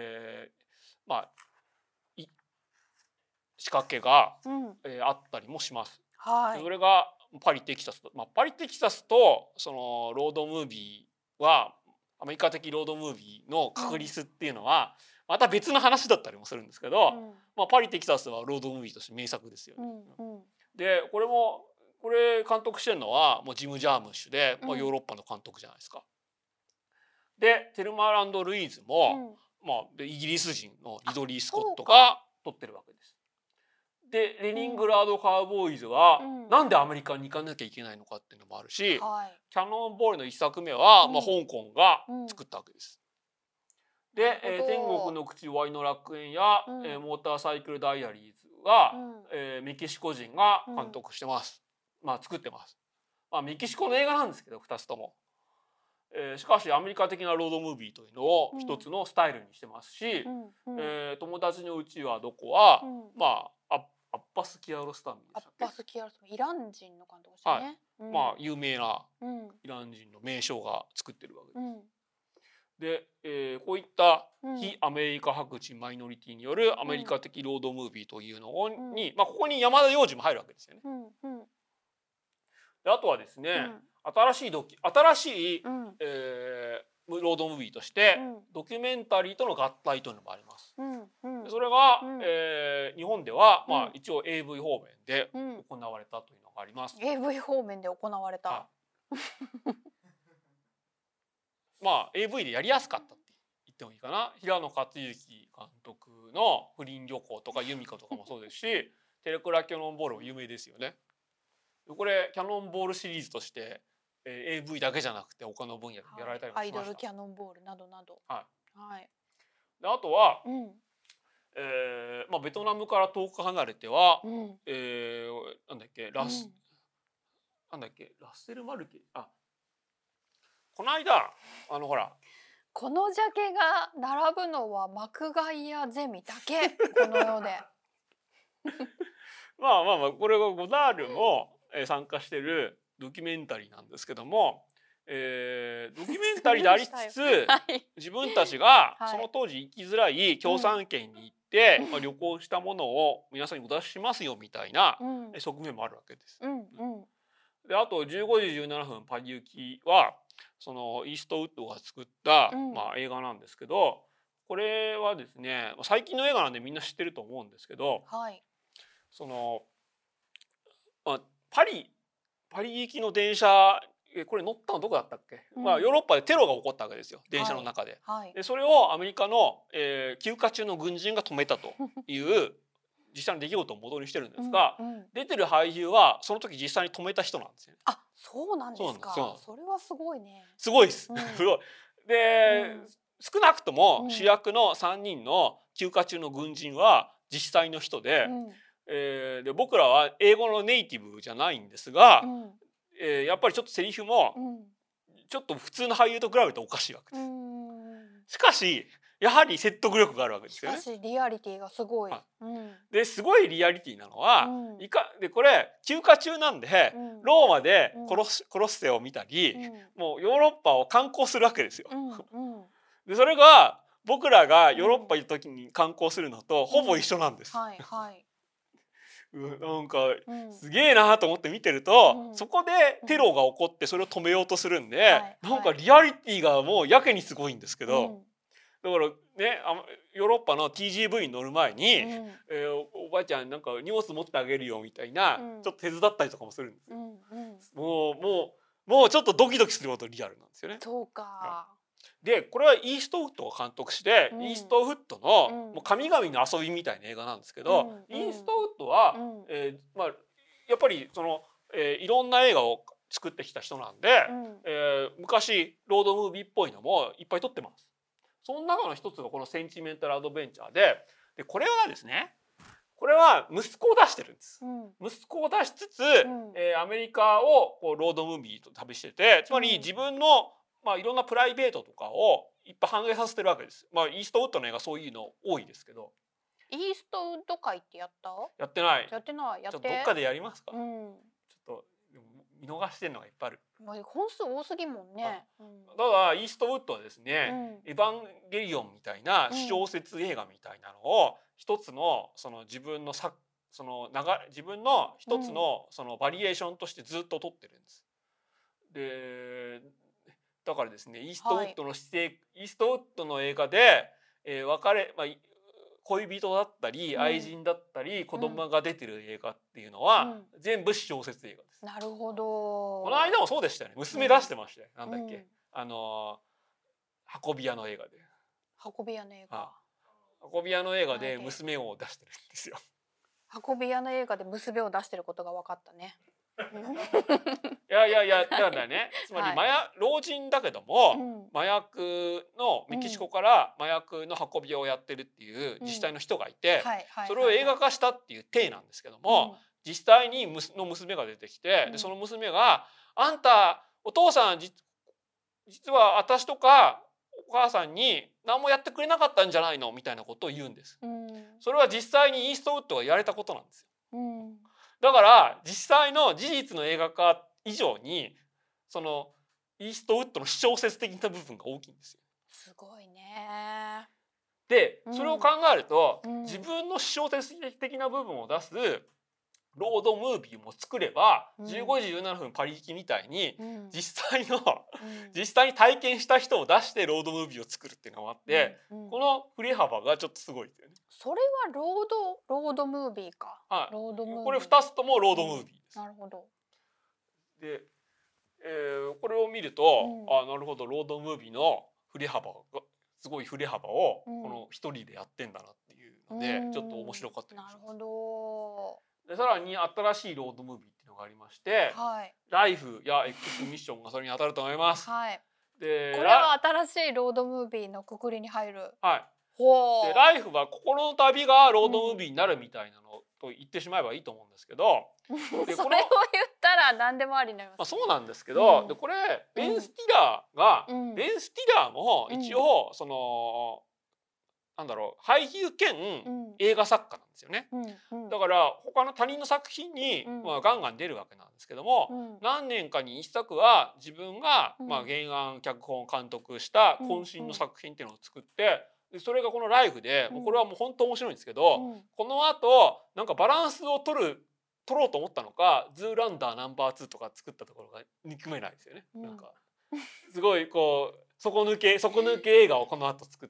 [SPEAKER 1] 仕掛けがあったりもします。それがパリテキサスとそのロードムービーはアメリカ的ロードムービーの確立っていうのはまた別の話だったりもするんですけど、パリテキサスはロードムービーとして名作ですよね。でこれ監督してるのはもうジム・ジャームッシュで、ヨーロッパの監督じゃないですか。でテルマー&ルイーズも、イギリス人のリドリー・スコットが撮ってるわけです。でレニングラード・カウボーイズは、なんでアメリカに行かなきゃいけないのかっていうのもあるし、キャノンボールの1作目は、香港が作ったわけです。で、天国の口ワイの楽園や、モーターサイクルダイアリーズは、メキシコ人が監督してます。作ってます。メキシコの映画なんですけど2つとも。しかしアメリカ的なロードムービーというのを一つのスタイルにしてますし、友達のうちはどこは、アッバス・キアロスタミでしたっけ？
[SPEAKER 2] アッバス・キアロスタミ、イラン人の監督ですね。
[SPEAKER 1] 有名なイラン人の名将が作ってるわけです。で、こういった非アメリカ白人マイノリティによるアメリカ的ロードムービーというのに、ここに山田洋次も入るわけですよね。 であとはですね、新しいロードムービーとして、ドキュメンタリーとの合体というのもあります。それが、日本では、一応 AV 方面で行われたというのがあります。
[SPEAKER 2] AV 方面で行われた。
[SPEAKER 1] AV でやりやすかったって言ってもいいかな。平野勝之監督の不倫旅行とかユミコとかもそうですし、テレクラキャノンボールも有名ですよね。これキャノンボールシリーズとして、AV だけじゃなくて他の分野でやられたりもしました。
[SPEAKER 2] アイドルキャノンボールなどなど。
[SPEAKER 1] であとは、ベトナムから遠く離れては、なんだっけラッセルマルケ、この間ほら
[SPEAKER 2] このジャケが並ぶのは幕外やゼミだけこの世で。
[SPEAKER 1] これはゴダールも参加してるドキュメンタリーなんですけども、ドキュメンタリーでありつつ、自分たちがその当時行きづらい共産圏に行って、旅行したものを皆さんにお出ししますよみたいな側面もあるわけです。であと15時17分パリ行きはそのイーストウッドが作った、映画なんですけど、これはですね最近の映画なんでみんな知ってると思うんですけど、そのパリ行きの電車、これ乗ったのどこだったっけ、ヨーロッパでテロが起こったわけですよ、電車の中で。でそれをアメリカの、休暇中の軍人が止めたという実際の出来事を元にしてるんですが、出てる俳優はその時実際に止めた人なんですよね。
[SPEAKER 2] そうなんですか。それはすごいね。
[SPEAKER 1] すごいです。すごい。で、少なくとも主役の3人の休暇中の軍人は実際の人で、で僕らは英語のネイティブじゃないんですが、やっぱりちょっとセリフもちょっと普通の俳優と比べておかしいわけです。しかしやはり説得力があるわけですよね。
[SPEAKER 2] しかしリアリティがすごい。
[SPEAKER 1] ですごいリアリティなのは、でこれ休暇中なんで、ローマでコロッセオを見たり、もうヨーロッパを観光するわけですよ。でそれが僕らがヨーロッパ行った時に観光するのとほぼ一緒なんです。なんかすげえなと思って見てると、そこでテロが起こってそれを止めようとするんで、なんかリアリティがもうやけにすごいんですけど、だからねヨーロッパの TGV に乗る前に、おばあちゃんなんか荷物持ってあげるよみたいな、ちょっと手伝ったりとかもするんですよ。もうちょっとドキドキすることリアルなんですよね。
[SPEAKER 2] そうか。
[SPEAKER 1] でこれはイーストウッドが監督して、イーストウッドのもう神々の遊びみたいな映画なんですけど、イーストウッドは、やっぱりその、いろんな映画を作ってきた人なんで、昔ロードムービーっぽいのもいっぱい撮ってます。その中の一つがこのセンチメンタルアドベンチャーで、これはですね、これは息子を出してるんです。息子を出しつつ、アメリカをこうロードムービーと旅してて、つまり自分のいろんなプライベートとかをいっぱい反映させてるわけです。イーストウッドの映画そういうの多いですけど。
[SPEAKER 2] イーストウッド会ってやった？
[SPEAKER 1] やってない。
[SPEAKER 2] やってない。やって。
[SPEAKER 1] どっかでやりますか？ちょっと見逃してるのがいっぱいある。
[SPEAKER 2] 本数多すぎもんね。
[SPEAKER 1] ただイーストウッドはですね、エヴァンゲリオンみたいな小説映画みたいなのを一つのその自分の自分の一つのそのバリエーションとしてずっと撮ってるんです。でだからですね、イーストウッドの映画で、恋人だったり愛人だったり子供が出てる映画っていうのは、全部小説映画です。
[SPEAKER 2] なるほど。
[SPEAKER 1] この間もそうでしたよね。娘出してましたよ。なんだっけ、運び屋の映画で。
[SPEAKER 2] 運び屋の映画。
[SPEAKER 1] 運び屋の映画で娘を出してるんですよ。
[SPEAKER 2] 運び屋の映画で娘を出してることが分かったね。
[SPEAKER 1] いやだからね、つまり老人だけども、麻薬のメキシコから麻薬の運び屋をやってるっていう実際の人がいて、それを映画化したっていう体なんですけども、実際にの娘が出てきて、でその娘が「あんたお父さん実は私とかお母さんに何もやってくれなかったんじゃないの?」みたいなことを言うんです。それは実際にイーストウッドがやれたことなんですよ。だから実際の事実の映画化以上にそのイーストウッドの小説的な部分が大きいんですよ。
[SPEAKER 2] すごいね。
[SPEAKER 1] でそれを考えると、自分の小説的な部分を出すロードムービーも作れば、15時17分パリ行きみたいに、実際に体験した人を出してロードムービーを作るっていうのがあって、この振れ幅がちょっとすごいですよね。
[SPEAKER 2] それはロードムービーか。
[SPEAKER 1] はい、
[SPEAKER 2] ロードムービー。
[SPEAKER 1] これ2つともロードムービーです。
[SPEAKER 2] なるほど。
[SPEAKER 1] で、これを見ると、なるほど、ロードムービーの振れ幅がすごい振れ幅をこの一人でやってんだなっていうので、ちょっと面白かったりします。
[SPEAKER 2] なるほど。
[SPEAKER 1] でさらに新しいロードムービーっていうのがありまして、ライフや X ミッションがそれに当たると思います。
[SPEAKER 2] でこれは新しいロードムービーのくくりに入る。
[SPEAKER 1] でライフは心の旅がロードムービーになるみたいなのと言ってしまえばいいと思うんですけど、
[SPEAKER 2] それを言ったら何でもありになります。
[SPEAKER 1] そうなんですけど、でこれベン・スティラーも一応そのなんだろう、俳優兼映画作家なんですよね。だから他の他人の作品にガンガン出るわけなんですけども、何年かに一作は自分が原案脚本監督した渾身の作品っていうのを作って、それがこのライフで、これはもう本当面白いんですけど、この後なんかバランスを取ろうと思ったのか、ズーランダーナンバー2とか作ったところが憎めないですよね。なんかすごいこう底抜け映画をこの後作って、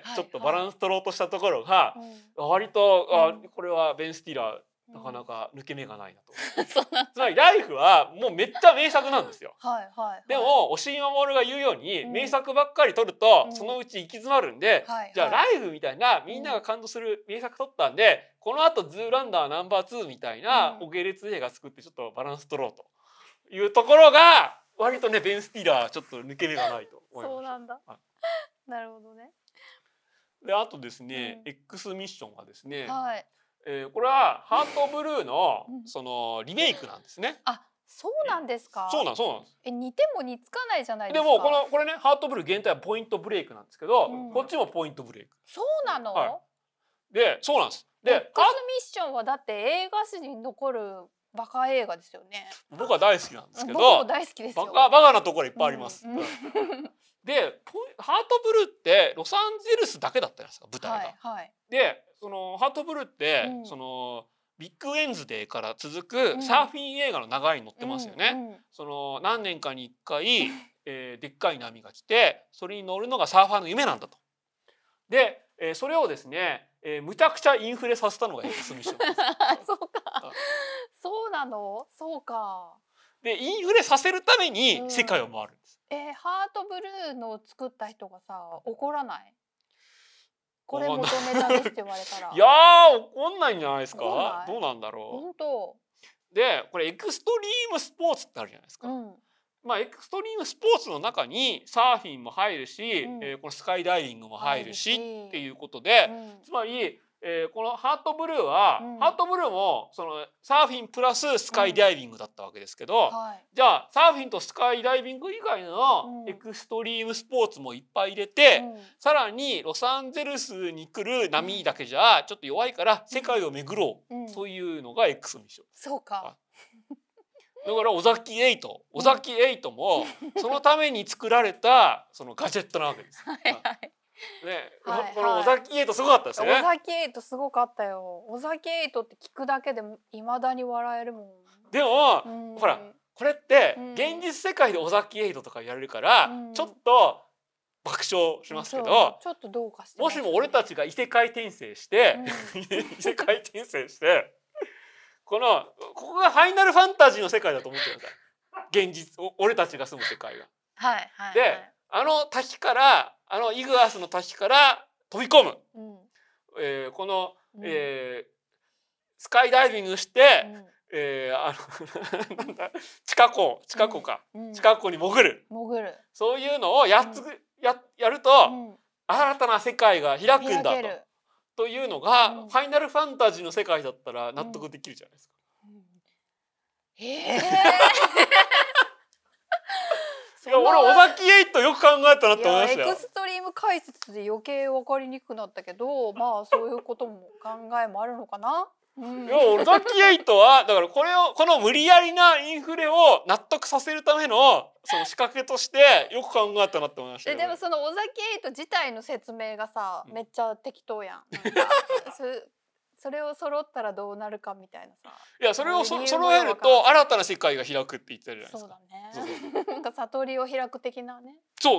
[SPEAKER 1] ちょっとバランス取ろうとしたところが割とこれはベン・スティラーなかなか抜け目がないなと。つまりライフはもうめっちゃ名作なんですよ。でも押井守が言うように、名作ばっかり撮るとそのうち行き詰まるんで、じゃあライフみたいなみんなが感動する名作撮ったんで、この後ズーランダーナンバー2みたいなお下劣映画作ってちょっとバランス取ろうというところが割とね、ベン・スティラーちょっと抜け目がないと思います。
[SPEAKER 2] そうなんだ。なるほどね。
[SPEAKER 1] であとですね、X ミッションがですね、これはハートブルーのそのリメイクなんですね。
[SPEAKER 2] あ、そうなんですか。
[SPEAKER 1] そうなんです。
[SPEAKER 2] 似ても似つかないじゃないですか。
[SPEAKER 1] でもこれね、ハートブルー原体はポイントブレイクなんですけど、こっちもポイントブレイク。
[SPEAKER 2] そうなの？
[SPEAKER 1] で、そうなんです。で、
[SPEAKER 2] X ミッションはだって映画史に残るバカ映画ですよね。
[SPEAKER 1] 僕は大好きなんですけど、
[SPEAKER 2] 僕も大好きですよ。
[SPEAKER 1] バカなところいっぱいあります。で、ハートブルーってロサンゼルスだけだったじゃないですか、舞台が。で、そのハートブルーってそのビッグウェンズデーから続くサーフィン映画の流れに乗ってますよね。その何年かに1回でっかい波が来て、それに乗るのがサーファーの夢なんだと。で、それをですね、むちゃくちゃインフレさせたのが X ミッションです。
[SPEAKER 2] そうか。そうなの？そうか。
[SPEAKER 1] で、インフレさせるために世界を回るんです。
[SPEAKER 2] ハートブルーの作った人がさ、怒らない？これ元ネタですって言われたら。
[SPEAKER 1] いやー、怒んないんじゃないですか。どうなんだろう。
[SPEAKER 2] 本当。
[SPEAKER 1] で、これエクストリームスポーツってあるじゃないですか。まあエクストリームスポーツの中にサーフィンも入るし、このスカイダイビングも入るしっていうことで、つまりこのハートブルーは、ハートブルーもそのサーフィンプラススカイダイビングだったわけですけど、じゃあサーフィンとスカイダイビング以外のエクストリームスポーツもいっぱい入れて、さらにロサンゼルスに来る波だけじゃちょっと弱いから世界を巡ろうというのが X ミッション。
[SPEAKER 2] そうか。
[SPEAKER 1] だから尾崎エイトもそのために作られたそのガジェットなわけです。この尾崎エイトすごかったですね。
[SPEAKER 2] 尾崎エイトすごかったよ。尾崎エイトって聞くだけで未だに笑えるもん。
[SPEAKER 1] でも、ほらこれって現実世界で尾崎エイトとかやれるから、ちょっと爆笑しますけど、
[SPEAKER 2] ちょっとどうかして、
[SPEAKER 1] もしも俺たちが異世界転生して、ここがファイナルファンタジーの世界だと思ってください。現実俺たちが住む世界が。で、滝からイグアスの滝から飛び込む。この、スカイダイビングして、地下湖に潜る。そういうのをやると、新たな世界が開くんだというのが、ファイナルファンタジーの世界だったら納得できるじゃないですか。いや、俺尾崎エイトよく考えたなって思いましたよ。
[SPEAKER 2] エクストリーム解説で余計分かりにくくなったけど、まあそういうことも考えもあるのかな。
[SPEAKER 1] いや、尾崎エイトはだからこの無理やりなインフレを納得させるためのその仕掛けとしてよく考えたなって思いましたよ。
[SPEAKER 2] でもその尾崎エイト自体の説明がさ、めっちゃ適当やん。 それを揃ったらどうなるかみたいなさ。
[SPEAKER 1] いやそれを揃えると新たな世界が開くって言ってるじゃないですか。
[SPEAKER 2] そうだね。なんか悟りを開く的なね。
[SPEAKER 1] そう。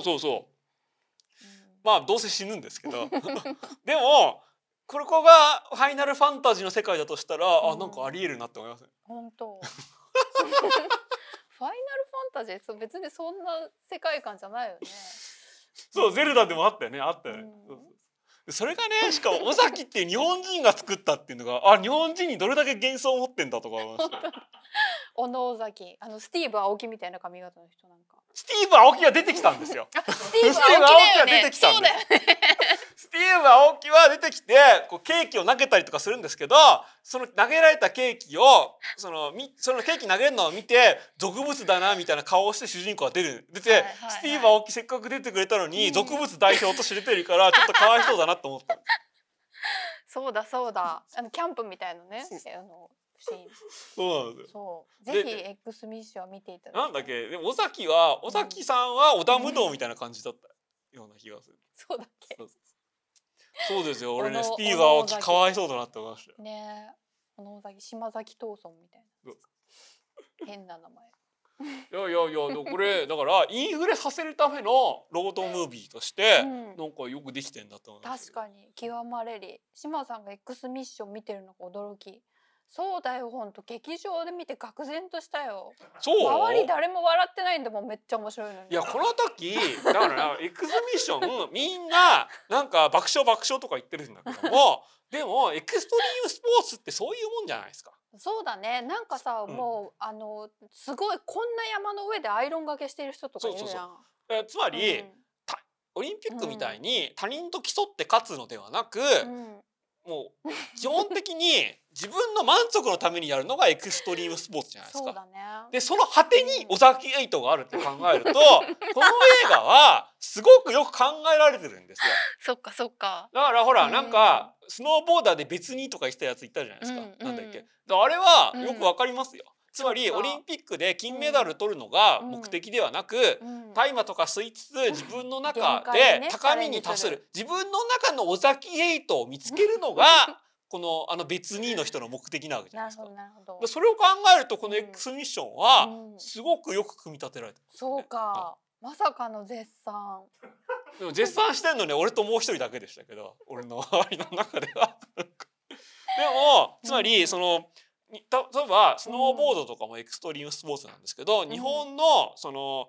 [SPEAKER 1] まあどうせ死ぬんですけどでもここがファイナルファンタジーの世界だとしたら、なんかありえるなって思いますね。
[SPEAKER 2] 本当。ファイナルファンタジー別にそんな世界観じゃないよね。
[SPEAKER 1] そうゼルダでもあったよね。それがね、しかも尾崎って日本人が作ったっていうのが日本人にどれだけ幻想を持ってんだとか思いました。
[SPEAKER 2] 小野尾崎スティーブ・アオキみたいな髪型の人なんか。
[SPEAKER 1] スティーブ・アオキが出てきたんですよ。
[SPEAKER 2] スティーブ・アオキが出てきたんです。
[SPEAKER 1] スティーブ・アオキは出てきてケーキを投げたりとかするんですけど、その投げられたケーキをそのケーキ投げるのを見て俗物だなみたいな顔をして主人公が出て、スティーブ・アオキせっかく出てくれたのに、俗物代表として出てるからちょっとかわいそうだなと思った。
[SPEAKER 2] そうだキャンプみたいなねシーン。
[SPEAKER 1] そうなんですよ。
[SPEAKER 2] そうぜひ X ミッション見ていただきたい。
[SPEAKER 1] なんだっけ、でも尾崎さんは織田無道みたいな感じだったような気がする。
[SPEAKER 2] そうだっけ。
[SPEAKER 1] そうですよ。俺ねスティーブ・アオキかわいそうだなって思いました
[SPEAKER 2] ね。小野崎島崎藤村みたいな変な名前。
[SPEAKER 1] いやこれだからインフレさせるためのロードムービーとしてなんかよくできてんだと思います。
[SPEAKER 2] 確かに極まれり島さんが X ミッション見てるのが驚き。そうだよ、ほんと劇場で見て愕然としたよ。
[SPEAKER 1] そう
[SPEAKER 2] 周り誰も笑ってないんでもめっちゃ面白いのに。
[SPEAKER 1] いやこの時だからエクスミッションみんななんか爆笑とか言ってるんだけどもでもエクストリームスポーツってそういうもんじゃないですか。
[SPEAKER 2] そうだね。なんかさ、もうすごいこんな山の上でアイロンがけしてる人とかいるじゃん。
[SPEAKER 1] つまり、オリンピックみたいに他人と競って勝つのではなく、もう基本的に自分の満足のためにやるのがエクストリームスポーツじゃないですか。
[SPEAKER 2] そうだね。
[SPEAKER 1] でその果てに尾崎エイトがあるって考えるとこの映画はすごくよく考えられてるんですよ。
[SPEAKER 2] そっか。
[SPEAKER 1] だからほらなんかスノーボーダーで別にとか言ったやついたじゃないですか。なんだっけ。あれはよくわかりますよ。つまりオリンピックで金メダル取るのが目的ではなく、大麻とか吸いつつ自分の中で高みに達する、自分の中の尾崎エイトを見つけるのがこの別にの人の目的なわけじゃないですか。それを考えるとこの X ミッションはすごくよく組み立てられてますね。そうか、
[SPEAKER 2] まさかの絶賛。
[SPEAKER 1] でも絶賛してんのね、俺ともう一人だけでしたけど、俺の周りの中では。でもつまりその例えばスノーボードとかもエクストリームスポーツなんですけど、日本のその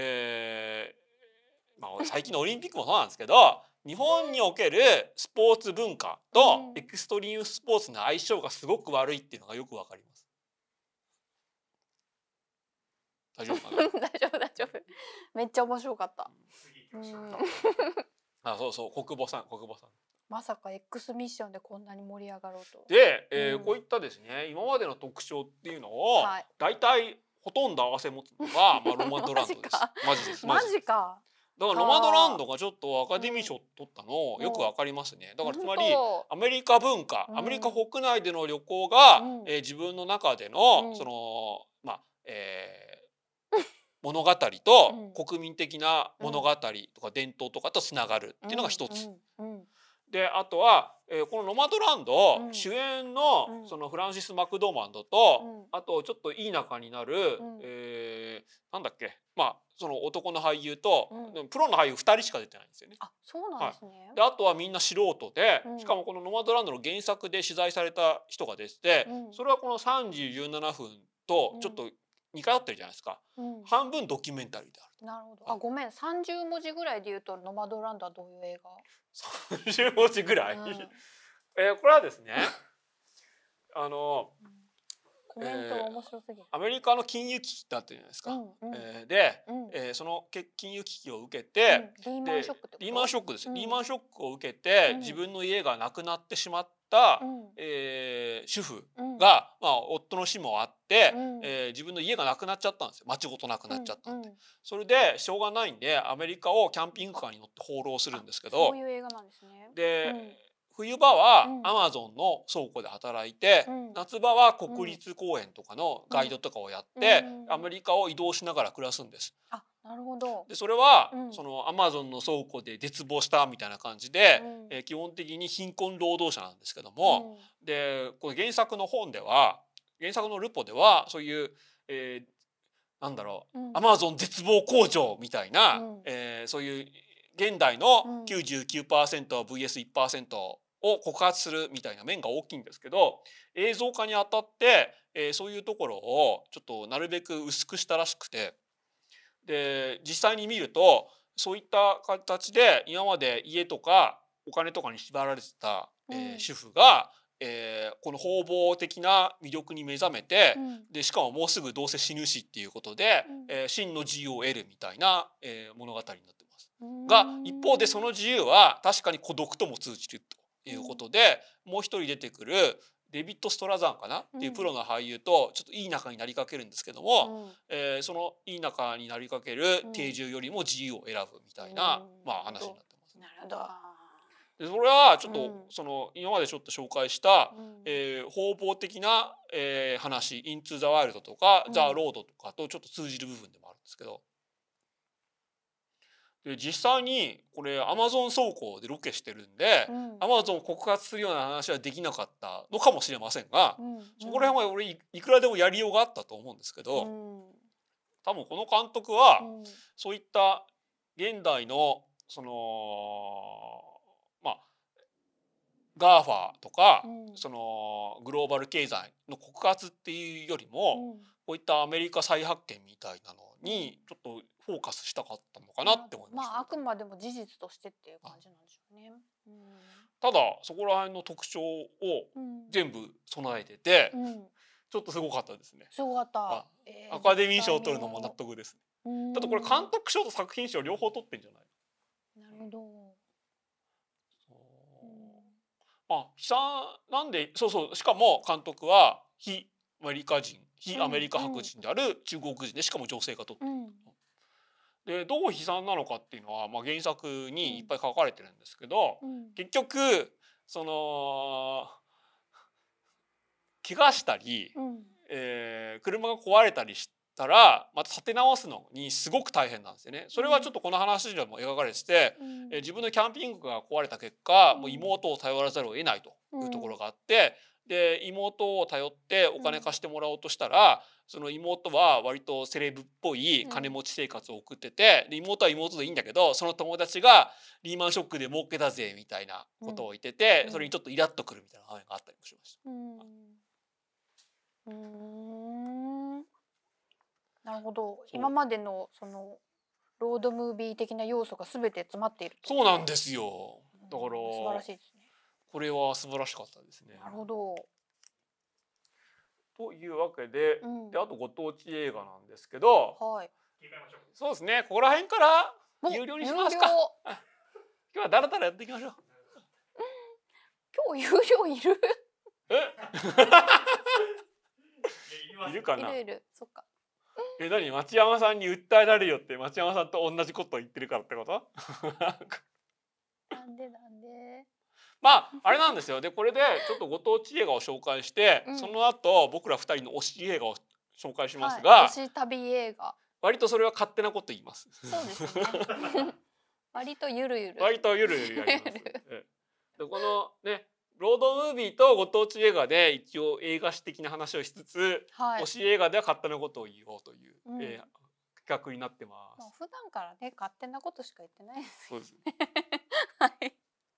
[SPEAKER 1] 最近のオリンピックもそうなんですけど、日本におけるスポーツ文化とエクストリームスポーツの相性がすごく悪いっていうのがよくわかります。大丈夫かな？
[SPEAKER 2] 大丈夫。めっちゃ面白かった。
[SPEAKER 1] そう国母さん。
[SPEAKER 2] まさか X ミッションでこんなに盛り上がろうと。
[SPEAKER 1] で、こういったですね今までの特徴っていうのを大体ほとんど合わせ持つのが、ロマンドランドです。マジです。
[SPEAKER 2] マジか。
[SPEAKER 1] だからロマンドランドがちょっとアカデミー賞取ったのよくわかりますね。だからつまりアメリカ文化、アメリカ国内での旅行が、自分の中でのその物語と国民的な物語とか伝統とかとつながるっていうのが一つ。であとは、このノマドランド、主演のそのフランシス・マクドーマンドと、あとちょっといい仲になる、なんだっけ、その男の俳優と、プロの俳優2人しか出てないんですよね。
[SPEAKER 2] あ、そうなんですね。
[SPEAKER 1] であとはみんな素人で、しかもこのノマドランドの原作で取材された人が出てて、それはこの30、17分とちょっと似通ってるじゃないですか。半分ドキュメンタリーである。
[SPEAKER 2] なるほど。ごめん、30文字ぐらいで言うとノマドランドはどういう映画
[SPEAKER 1] ？30文字ぐらい、これはですね
[SPEAKER 2] コメントが面白すぎる。
[SPEAKER 1] アメリカの金融危機だったじゃないですか。で、その金融危機を受けて、
[SPEAKER 2] リーマンショックってこと？
[SPEAKER 1] リーマンショックです。リーマンショックを受けて、自分の家がなくなってしまった主婦が、夫の死もあって、自分の家がなくなっちゃったんですよ。町ごとなくなっちゃったんで、それでしょうがないんでアメリカをキャンピングカーに乗って放浪するんですけど、
[SPEAKER 2] そういう映画なんですね。
[SPEAKER 1] で、冬場はアマゾンの倉庫で働いて、夏場は国立公園とかのガイドとかをやって、アメリカを移動しながら暮らすんです。
[SPEAKER 2] なるほど。
[SPEAKER 1] でそれは、そのアマゾンの倉庫で絶望したみたいな感じで、基本的に貧困労働者なんですけども、でこの原作の本では原作のルポではそういう、なんだろう、アマゾン絶望工場みたいな、そういう現代の 99%vs1% を告発するみたいな面が大きいんですけど、映像化にあたって、そういうところをちょっとなるべく薄くしたらしくて、で実際に見るとそういった形で今まで家とかお金とかに縛られてた、主婦が、この方々的な魅力に目覚めて、でしかももうすぐどうせ死ぬしっていうことで、真の自由を得るみたいな、物語になってます。が一方でその自由は確かに孤独とも通じるということで、もう一人出てくるデビッド・ストラザンかなっていうプロの俳優とちょっといい仲になりかけるんですけども、そのいい仲になりかける定住よりも自由を選ぶみたいな、話になってます。
[SPEAKER 2] なるほど。
[SPEAKER 1] でそれはちょっと、その今までちょっと紹介した、方々的な、話「イントゥ・ザ・ワイルド」とか「ザ・ロード」とかとちょっと通じる部分でもあるんですけど、で実際にこれアマゾン倉庫でロケしてるんで、アマゾンを告発するような話はできなかったのかもしれませんが、そこら辺は俺いくらでもやりようがあったと思うんですけど、多分この監督はそういった現代のそのガーファとか、そのグローバル経済の告発っていうよりも、こういったアメリカ再発見みたいなのにちょっとフォーカスしたかったのかなって思いました。
[SPEAKER 2] あくまでも事実としてっていう感じなんでしょうね。
[SPEAKER 1] ただそこら辺の特徴を全部備えてて、ちょっとすごかったですね。
[SPEAKER 2] すごかった。
[SPEAKER 1] アカデミー賞を取るのも納得ですね。だってこれ監督賞と作品賞両方取ってんじゃない？
[SPEAKER 2] なるほど。
[SPEAKER 1] 悲惨なんで、そうしかも監督は非アメリカ人、非アメリカ白人である中国人で、しかも女性が撮ってる。でどう悲惨なのかっていうのは、原作にいっぱい書かれてるんですけど、結局その怪我したり、車が壊れたりしたらまた立て直すのにすごく大変なんですよね。それはちょっとこの話でも描かれてて、自分のキャンピングカーが壊れた結果、もう妹を頼らざるを得ないというところがあって、で妹を頼ってお金貸してもらおうとしたら、その妹は割とセレブっぽい金持ち生活を送ってて、で妹は妹でいいんだけど、その友達がリーマンショックで儲けたぜみたいなことを言ってて、それにちょっとイラッとくるみたいな場面があったりもしました。
[SPEAKER 2] なるほど。今までのそのロードムービー的な要素が全て詰まっている。
[SPEAKER 1] そうなんですよ。だから
[SPEAKER 2] 素晴らしいですね。
[SPEAKER 1] これは素晴らしかったですね。
[SPEAKER 2] なるほど。
[SPEAKER 1] というわけで、であとご当地映画なんですけど、そうですね。ここら辺から有料にしますか。今日はだらだらやっていきましょう。
[SPEAKER 2] 今日有料いる？
[SPEAKER 1] いるかな。
[SPEAKER 2] いる。そっか。
[SPEAKER 1] 何町山さんに訴えられるよって町山さんと同じことを言ってるからってこと？
[SPEAKER 2] なんで。
[SPEAKER 1] あれなんですよ。でこれでちょっとご当地映画を紹介して、その後僕ら2人の推し映画を紹介しますが、
[SPEAKER 2] 推し旅映画。
[SPEAKER 1] 割とそれは勝手なこと言います。
[SPEAKER 2] そうですね。割とゆるゆるやります。
[SPEAKER 1] でこのね、ロードムービーとご当地映画で一応映画史的な話をしつつ、推し映画では勝手なことを言おうという、企画になってます。
[SPEAKER 2] 普段からね、勝手なことしか言ってないです。
[SPEAKER 1] そうですね。
[SPEAKER 2] はい。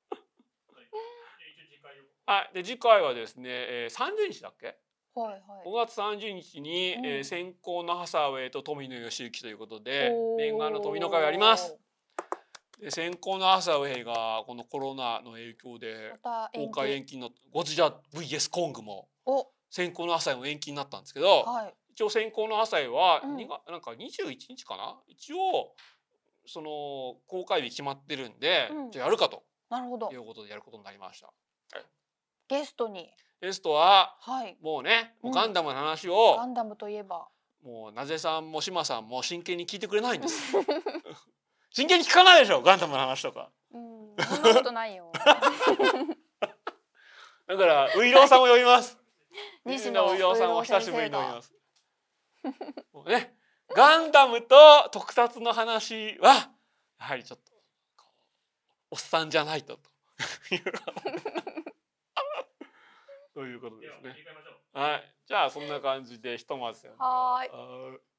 [SPEAKER 1] で次回はですね、30日だっけ
[SPEAKER 2] ？5
[SPEAKER 1] 月30日に、先行のハサウェイと富野義行ということで念願の富野会をやります。で先行のハサウェイがこのコロナの影響で公開延期のゴジラ VS コングも先行のハサウェイも延期になったんですけど、一応先行のハサウェイはなんか21日かな、一応その公開日決まってるんで、じゃあやるかということでやることになりました。
[SPEAKER 2] ゲスト
[SPEAKER 1] は、もうね、ガンダムの話を、
[SPEAKER 2] ガンダムといえば
[SPEAKER 1] もうなぜさんも島さんも真剣に聞いてくれないんです。真剣に聞かないでしょ、ガンダムの話とか。
[SPEAKER 2] そんなことないよ。
[SPEAKER 1] だからウイローさんを呼びます。西野ウイローさんを久しぶりに呼びます。もうね、 ガンダムと特撮の話はやはりちょっとおっさんじゃないとということですね。はい、じゃあそんな感じでひとまず
[SPEAKER 2] はい。